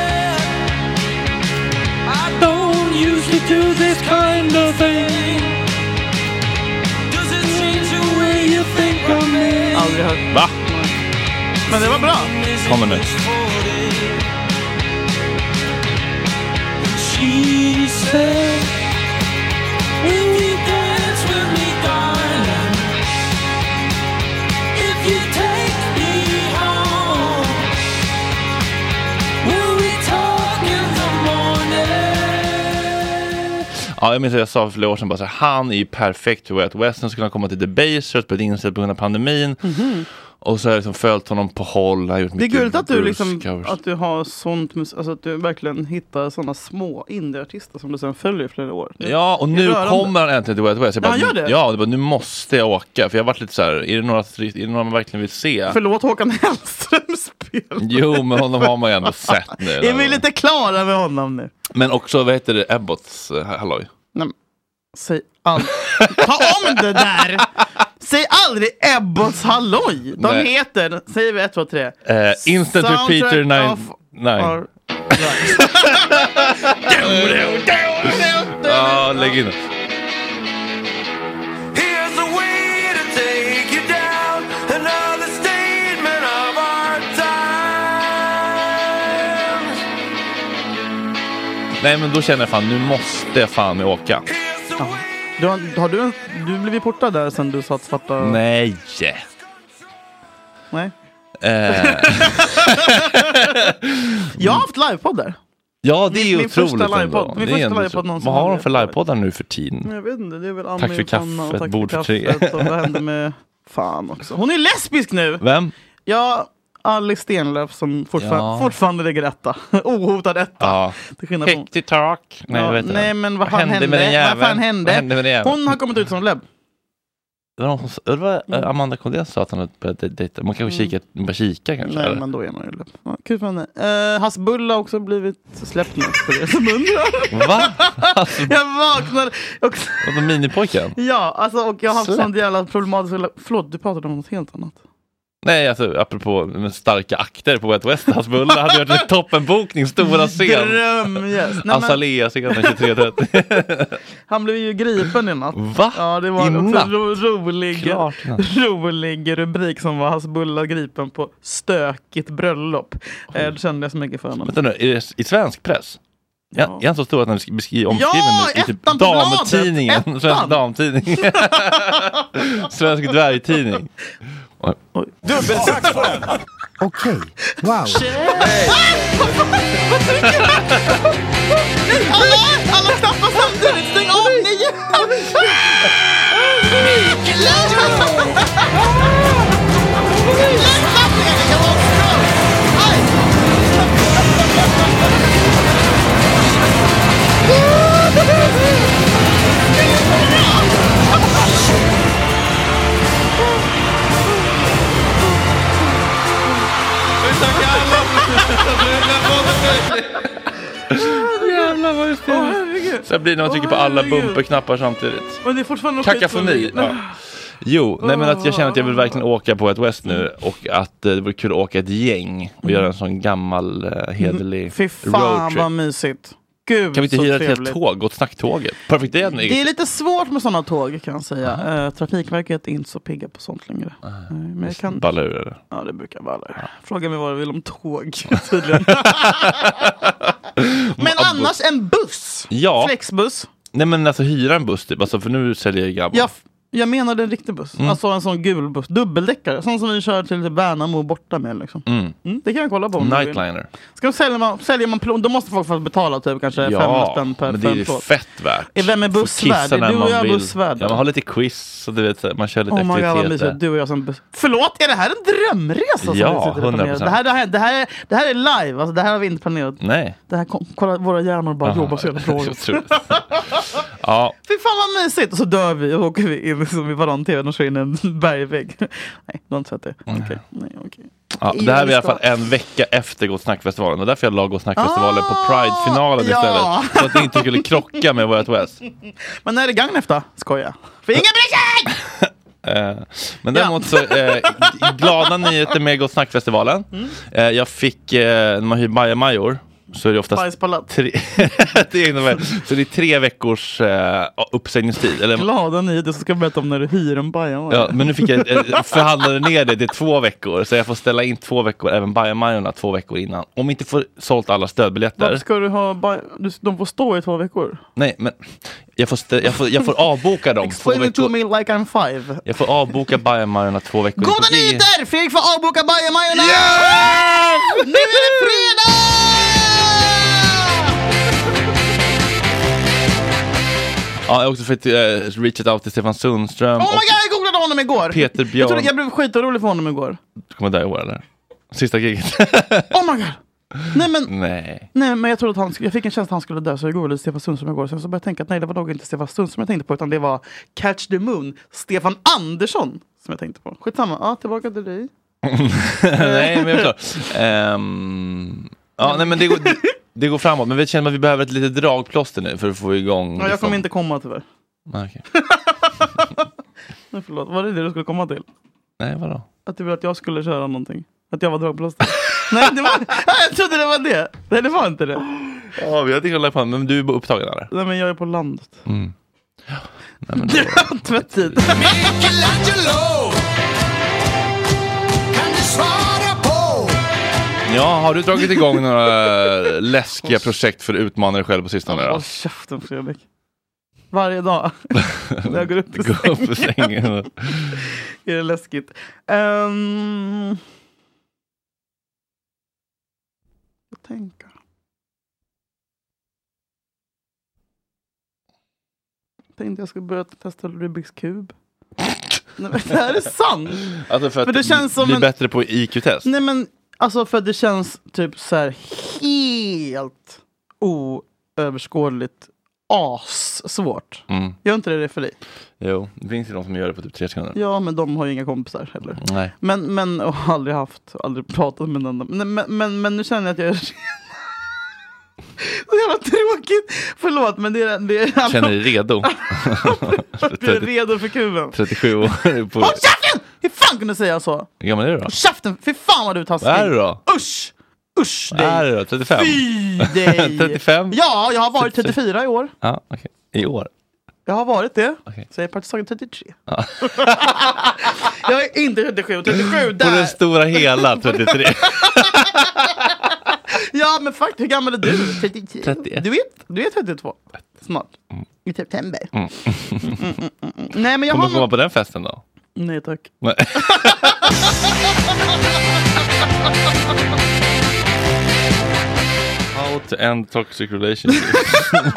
I don't usually do this kind of thing. Does it change the way you think of me? Aldrig hört. Va? Men det var bra. Kommer nu. She said, will you dance with me, darling? If you take me home. Ja, jag minns att jag sa för flera år sedan bara så här, han är ju perfekt för Way Out West. Han skulle kunna komma till The Basers på ett inställt på grund av pandemin. Mm-hmm. Och så har jag liksom följt honom på håll. Har gjort Det är gulligt att du liksom, covers. att du har sånt mus- alltså att du verkligen hittar sådana små indie-artister som du sen följer i flera år. Det, Ja, och nu rörande. kommer han äntligen till Way Out West. Jag bara, Ja, han gör det? Ja, det bara, nu måste jag åka. För jag har varit lite så här, är det några, är det några man verkligen vill se? Förlåt Håkan Hellström spel. Jo, men honom har man ju ändå sett nu. Är vi lite klara med honom nu? Men också, vad heter det, Ebbots uh, halloj? Nej, säg aldrig. Ta om det där! Säg aldrig Ebbots halloj. De Nej. heter, säger vi ett, två, tre. Uh, Instant Soundtrack Repeater nine. of nine. our Ja, lägg in det. Here's a way to take you down, another statement of our times. Nej, men då känner jag fan, nu måste jag fan med åka. Ja. Du har, har du, en, du blivit portad där sen du satt svarta... Nej. Nej. Eh. Jag har haft livepoddar. Ja, det är ju Min första otroligt ändå. livepodd. Min Det är första ändå livepodd så. någonsin Vad har de hade för jag. livepoddar nu för tiden? Jag vet inte, det är väl Tack för Ami och Fanna och kaffet, tack bord för för tre. kaffet. Och vad hände med fan också? Hon är lesbisk nu! Vem? Ja, Alice Stenlöf som fortfarande, Ja. fortfarande ligger etta. Ohotad etta. Ja. Till skillnad från... Hekti talk. Nej, Ja, jag vet inte. nej men vad, Vad fan hände hände? med den jäveln? Vad fan hände? Vad hände med den jäveln? Hon har kommit ut som lebb. Det var, någon som, det var eh, Amanda Condé sa att han hade börjat dejta. Man kanske kika, bara kika kanske. Nej, eller? men då är man ju lebb. Ja, kul för henne. Uh, Hasbulla har också blivit släppt nu för det som undrar. Va? Alltså, Jag vaknade och... vadå, minipojken? Ja, alltså och jag har haft Släpp. sånt jävla problematiskt. Förlåt, du pratade om något helt annat. Nej, alltså apropå med starka akter på Way Out West. Hasbulla hade varit en toppenbokning, stora scen. Dröm, yes. Nej, men, Azalea scenen tjugotre trettio. han blev ju gripen i natt. Va? Ja, det var I en natt? ro, rolig, Klart, ja. rolig rubrik som var Hasbulla gripen på stökigt bröllop. Eh, då kände jag så mycket för honom. Vänta nu, är det i svensk press? Ja. Ja. Är han så stor att han är beskriven omskriven Ja, i typ ettan på bladet! damtidningen? Ettan! Svensk damtidning. Svensk dvärgtidning. Dubbeltack på den! Okej, wow. Vad tycker du? Alla, alla knappar samtidigt, stäng av nio! Jävlar vad det Åh, herregud. så blir det när man trycker på Åh, alla herregud. bumperknappar samtidigt. Men det är fortfarande Kakafoni. Ja. Jo, nej men att jag känner att jag vill verkligen åka på ett West nu och att eh, det vore kul att åka ett gäng och göra en sån gammal eh, hederlig Fy fan roadtrip. vad mysigt. Gud, Kan vi inte så hyra ett helt trevligt. tåg? Gott snacktåget. Perfekt idé. Det är lite svårt med sådana tåg kan jag säga. Uh, Trafikverket är inte så pigga på sånt längre. Uh, men jag kan... Balla ur eller? Ja, det brukar balla ur. Fråga mig vad du vill om tåg, tydligen. Men annars en buss. Ja. Flexbuss. Nej men alltså hyra en buss typ. Alltså för nu säljer jag grabbar. Jag, jag menade en riktig buss. Mm. Alltså en sån gul buss. Dubbeldäckare. Sån som vi kör till Värnamo borta med liksom. Mm. Mm, det kan jag kolla på. om du vill. Nightliner. Ska sälja man, säljer man plåt, då måste folk få betala typ kanske fem Ja, spänn per men det är fem ju plåt. fett värt. Är vem är Får bussvärd? kissa Är när du och man jag vill. bussvärd? Ja, man har lite quiz och du vet, man kör lite Oh my God, vad aktiviteter. mysigt. Du och jag som buss. Förlåt, är det här en drömresa som Ja, vi sitter och hundra planerar? procent. Det här, det, här, det, här är, det här är live, alltså, det här har vi inte planerat. Nej. Det här kom, kolla, våra hjärnor bara Aha. jobbar så jävla bra. Otroligt. Ja. Fy fan vad mysigt! Och så dör vi och åker vi in liksom i varann-tv och kör in en bergvägg. Nej, du har inte sett det. Okej. Okay. Nej, okay. Ja, det här är i alla fall en vecka efter Gott Snack-festivalen och därför jag la Gott Snack-festivalen Ah, på Pride-finalen ja. istället. Så att det inte skulle krocka med Way Out West. Men när är det gang efter? Skoja. För ingen bryr sig! Eh, men däremot så eh, glada nyheter med Gott Snack-festivalen. Mm. Eh, jag fick, eh, när man hyr bajamajor så är det oftast Bajspallat. tre, det är innebär, så det är tre veckors eh, uppsägningstid. Eller, Glada nyheter så ska jag berätta om när du hyr en bajan. ja, men nu fick jag eh, förhandlade ner det till två veckor så jag får ställa in två veckor, även bajamajorna två veckor innan. Om vi inte får sålt alla stödbiljetter. Varför ska du ha baj... du, de får stå i två veckor? Nej, men jag får, stä- jag får, jag får avboka dem två Explain it to veckor. me like I'm five. Jag får avboka bajamajorna två veckor. Goda Det är- nyheter! Fredrik får avboka bajamajorna! Yeah! Nu är det fredag! Ja, jag har också fått uh, reachat out till Stefan Sundström. Oh my god, jag googlade honom igår! Peter Björn. Jag, trodde, jag blev skitorolig för honom igår. Du kommer där i år eller? Sista giget. Oh my god! Nej men, nej. nej men jag trodde att han skulle, jag fick en känsla att han skulle dö, så jag googlade Stefan Sundström igår. Sen så började jag tänka att nej, det var nog inte Stefan Sundström jag tänkte på, utan det var Catch the Moon, Stefan Andersson som jag tänkte på. Skitsamma, ja, tillbaka till dig. Nej, men jag förstår. Um, ja, nej men det går, det, det går framåt, men vi känner att vi behöver ett litet dragplåster nu för att få igång. Ja, jag liksom. kommer inte komma tyvärr. Ah, okay. Nej, förlåt, var det det du skulle komma till? Nej, vadå? Att du ville att jag skulle köra någonting. Att jag var dragplåster. Nej, det var, jag trodde det var det. Nej, det var inte det. Ja, vi har inte kollat på, men du är bara upptagen eller? Nej, men jag är på landet. Mm. Ja, nej, men då... Tvättid. Michelangelo, kan du svara på? Ja, har du dragit igång några läskiga projekt för att utmana dig själv på sistone? Håll käften, Fredrik. Varje dag. När jag går upp i Gå sängen. upp i sängen. Är det läskigt? Um... Jag tänker. Jag tänkte jag skulle börja testa Rubiks kub. Nej, men det här är sant. Alltså för att för det känns som bli en... bättre på I Q-test? Nej men, alltså för det känns typ så här helt oöverskådligt as svårt. Mm. Gör inte det, det för dig? Jo, det finns ju de som gör det på typ tre sekunder. Ja, men de har ju inga kompisar heller. Nej. Men, men och har aldrig haft, aldrig pratat med någon. Men, men, men, men nu känner jag att jag är så jävla tråkigt. Förlåt, men det är... Det är känner dig redo? Du är redo för kuben. trettiosju år. På... Håll käften! Hur fan kunde du säga så? Hur gammal är du då? Håll käften! Fy fan vad du tar Vad är du då? Usch! Usch dig! Vad är du då? trettiofem? Fy dig! trettiofem? Ja, jag har varit trettiofyra i år. Ja, okej. Okay. I år? Jag har varit det. Okay. Så jag är praktiskt taget trettiotre. Ja. Jag är inte trettiosju. trettiosju där. På den stora hela trettiotre. Ja, men faktiskt, hur gammal är du? trettiotre. trettioett. Du vet, du är trettiotvå. Snart. Mm. I september. Mm. Mm, mm, mm, mm. Nej, men jag kommer har komma någon... på den festen då? Nej, tack. Nej. How to end toxic relationships.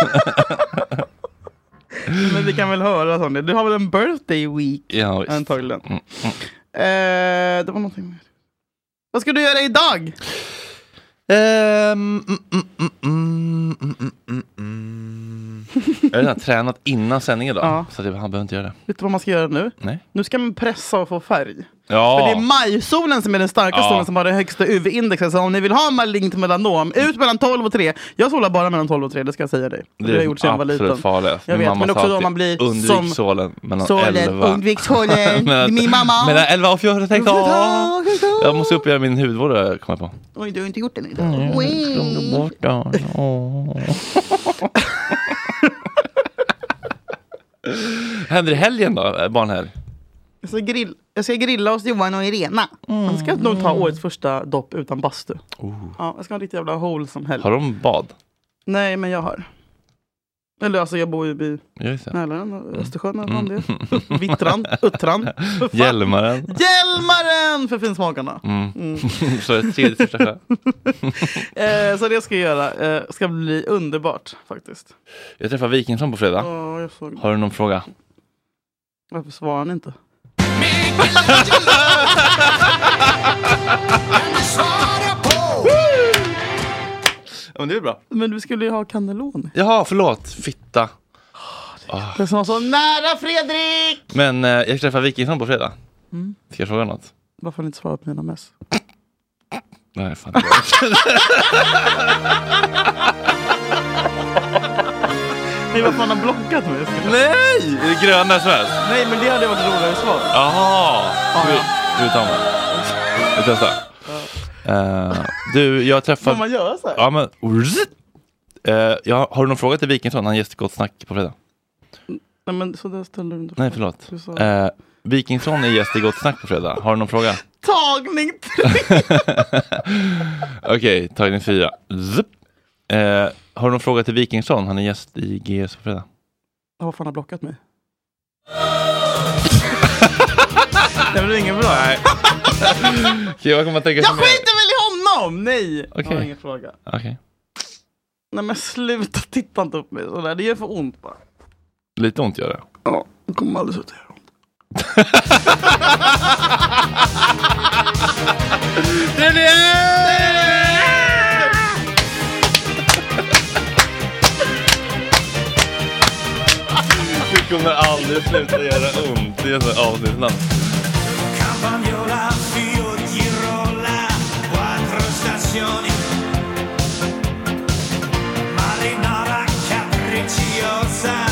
Men vi kan väl höra sånt. Du har väl en birthday week? Ja, visst. Antagligen. Mm, mm. Eh, det var någonting mer. Vad ska du göra idag? Um, mm, mm, mm, mm, mm, mm, mm. Jag har redan tränat innan sändningen då. Ja. Så att jag, han behöver inte göra det. Vet du vad man ska göra nu? Nej. Nu ska man pressa och få färg. Ja. För det är majsolen som är den starkaste Ja. solen som har det högsta U V-indexet. Så om ni vill ha malignt melanom, ut mellan tolv och tre. Jag solar bara mellan tolv och tre, det ska jag säga dig. Det, det har jag gjort sedan jag var liten. Absolut farligt. Jag Min vet, men också då man blir undvik som... solen mellan solen, elva. undvik solen. Min mamma. Mellan elva och fjorton tänkte jag. Jag måste upp och göra min hudvård, kommer jag på. Oj, du har inte gjort den idag. Mm, glömde bort den. Åh. Händer i helgen då, barnhelg? Jag ska, grill, jag ska grilla hos Johan och Irena. Mm. Jag ska nog ta årets första dopp utan bastu. Oh. Ja, jag ska ha en riktigt jävla hole som helg. Har de bad? Nej, men jag har. Eller alltså jag bor ju vid Mälaren, mm. Östersjön eller vad det är. Vittran, Uttran. Hjälmaren. Hjälmaren för finsmakarna. Mm. Mm. Så det är tredje första sjö. eh, Så det ska jag göra. Eh, ska bli underbart faktiskt. Jag träffar Wikingsson på fredag. Ja, jag såg det. Har du någon fråga? Varför svarar han inte? Ja, men det är bra. Men du skulle ju ha kannelon. Jaha, förlåt. Fitta. Oh. Det som var så nära, Fredrik! Men eh, jag träffar Wikingsson på fredag. Mm. Ska jag fråga något? Varför har ni inte svarat på mina mess? Nej, fan inte. Nej, vad fan har blockat mig? Nej! Är det gröna sms? Nej, men det hade varit roligare svar. Jaha! Ah, du, ja. du tar mig. Vi testar. Ja. Uh, du, jag träffar... Får man göra så här? Ja, men... Uh, jag, har du någon fråga till Wikingsson? Han gäst Gott Snack på fredag. Nej, men så där ställer du inte. Nej, förlåt. Uh, Wikingsson är gäst i Gott Snack på fredag. Har du någon fråga? Tagning tre! Okej, okay, tagning fyra. Zup. Uh, har du någon fråga till Wikingsson? Han är gäst i G S på fredag. Ja, vad fan har blockat mig? Det blir ingen bra. Nej. Okay, vad kan man tänka jag skiter väl i honom! Nej! Okay. Jag har ingen fråga. Okay. Nej, men sluta, titta inte upp mig sådär. Det gör för ont bara. Lite ont gör det. Ja, det kommer aldrig sluta göra ont. Det är det kommer aldrig sluta göra ont. Det är så avsnittnamn. Campagnola, Fiorgirola, quattro stazioni. Marinara capricciosa.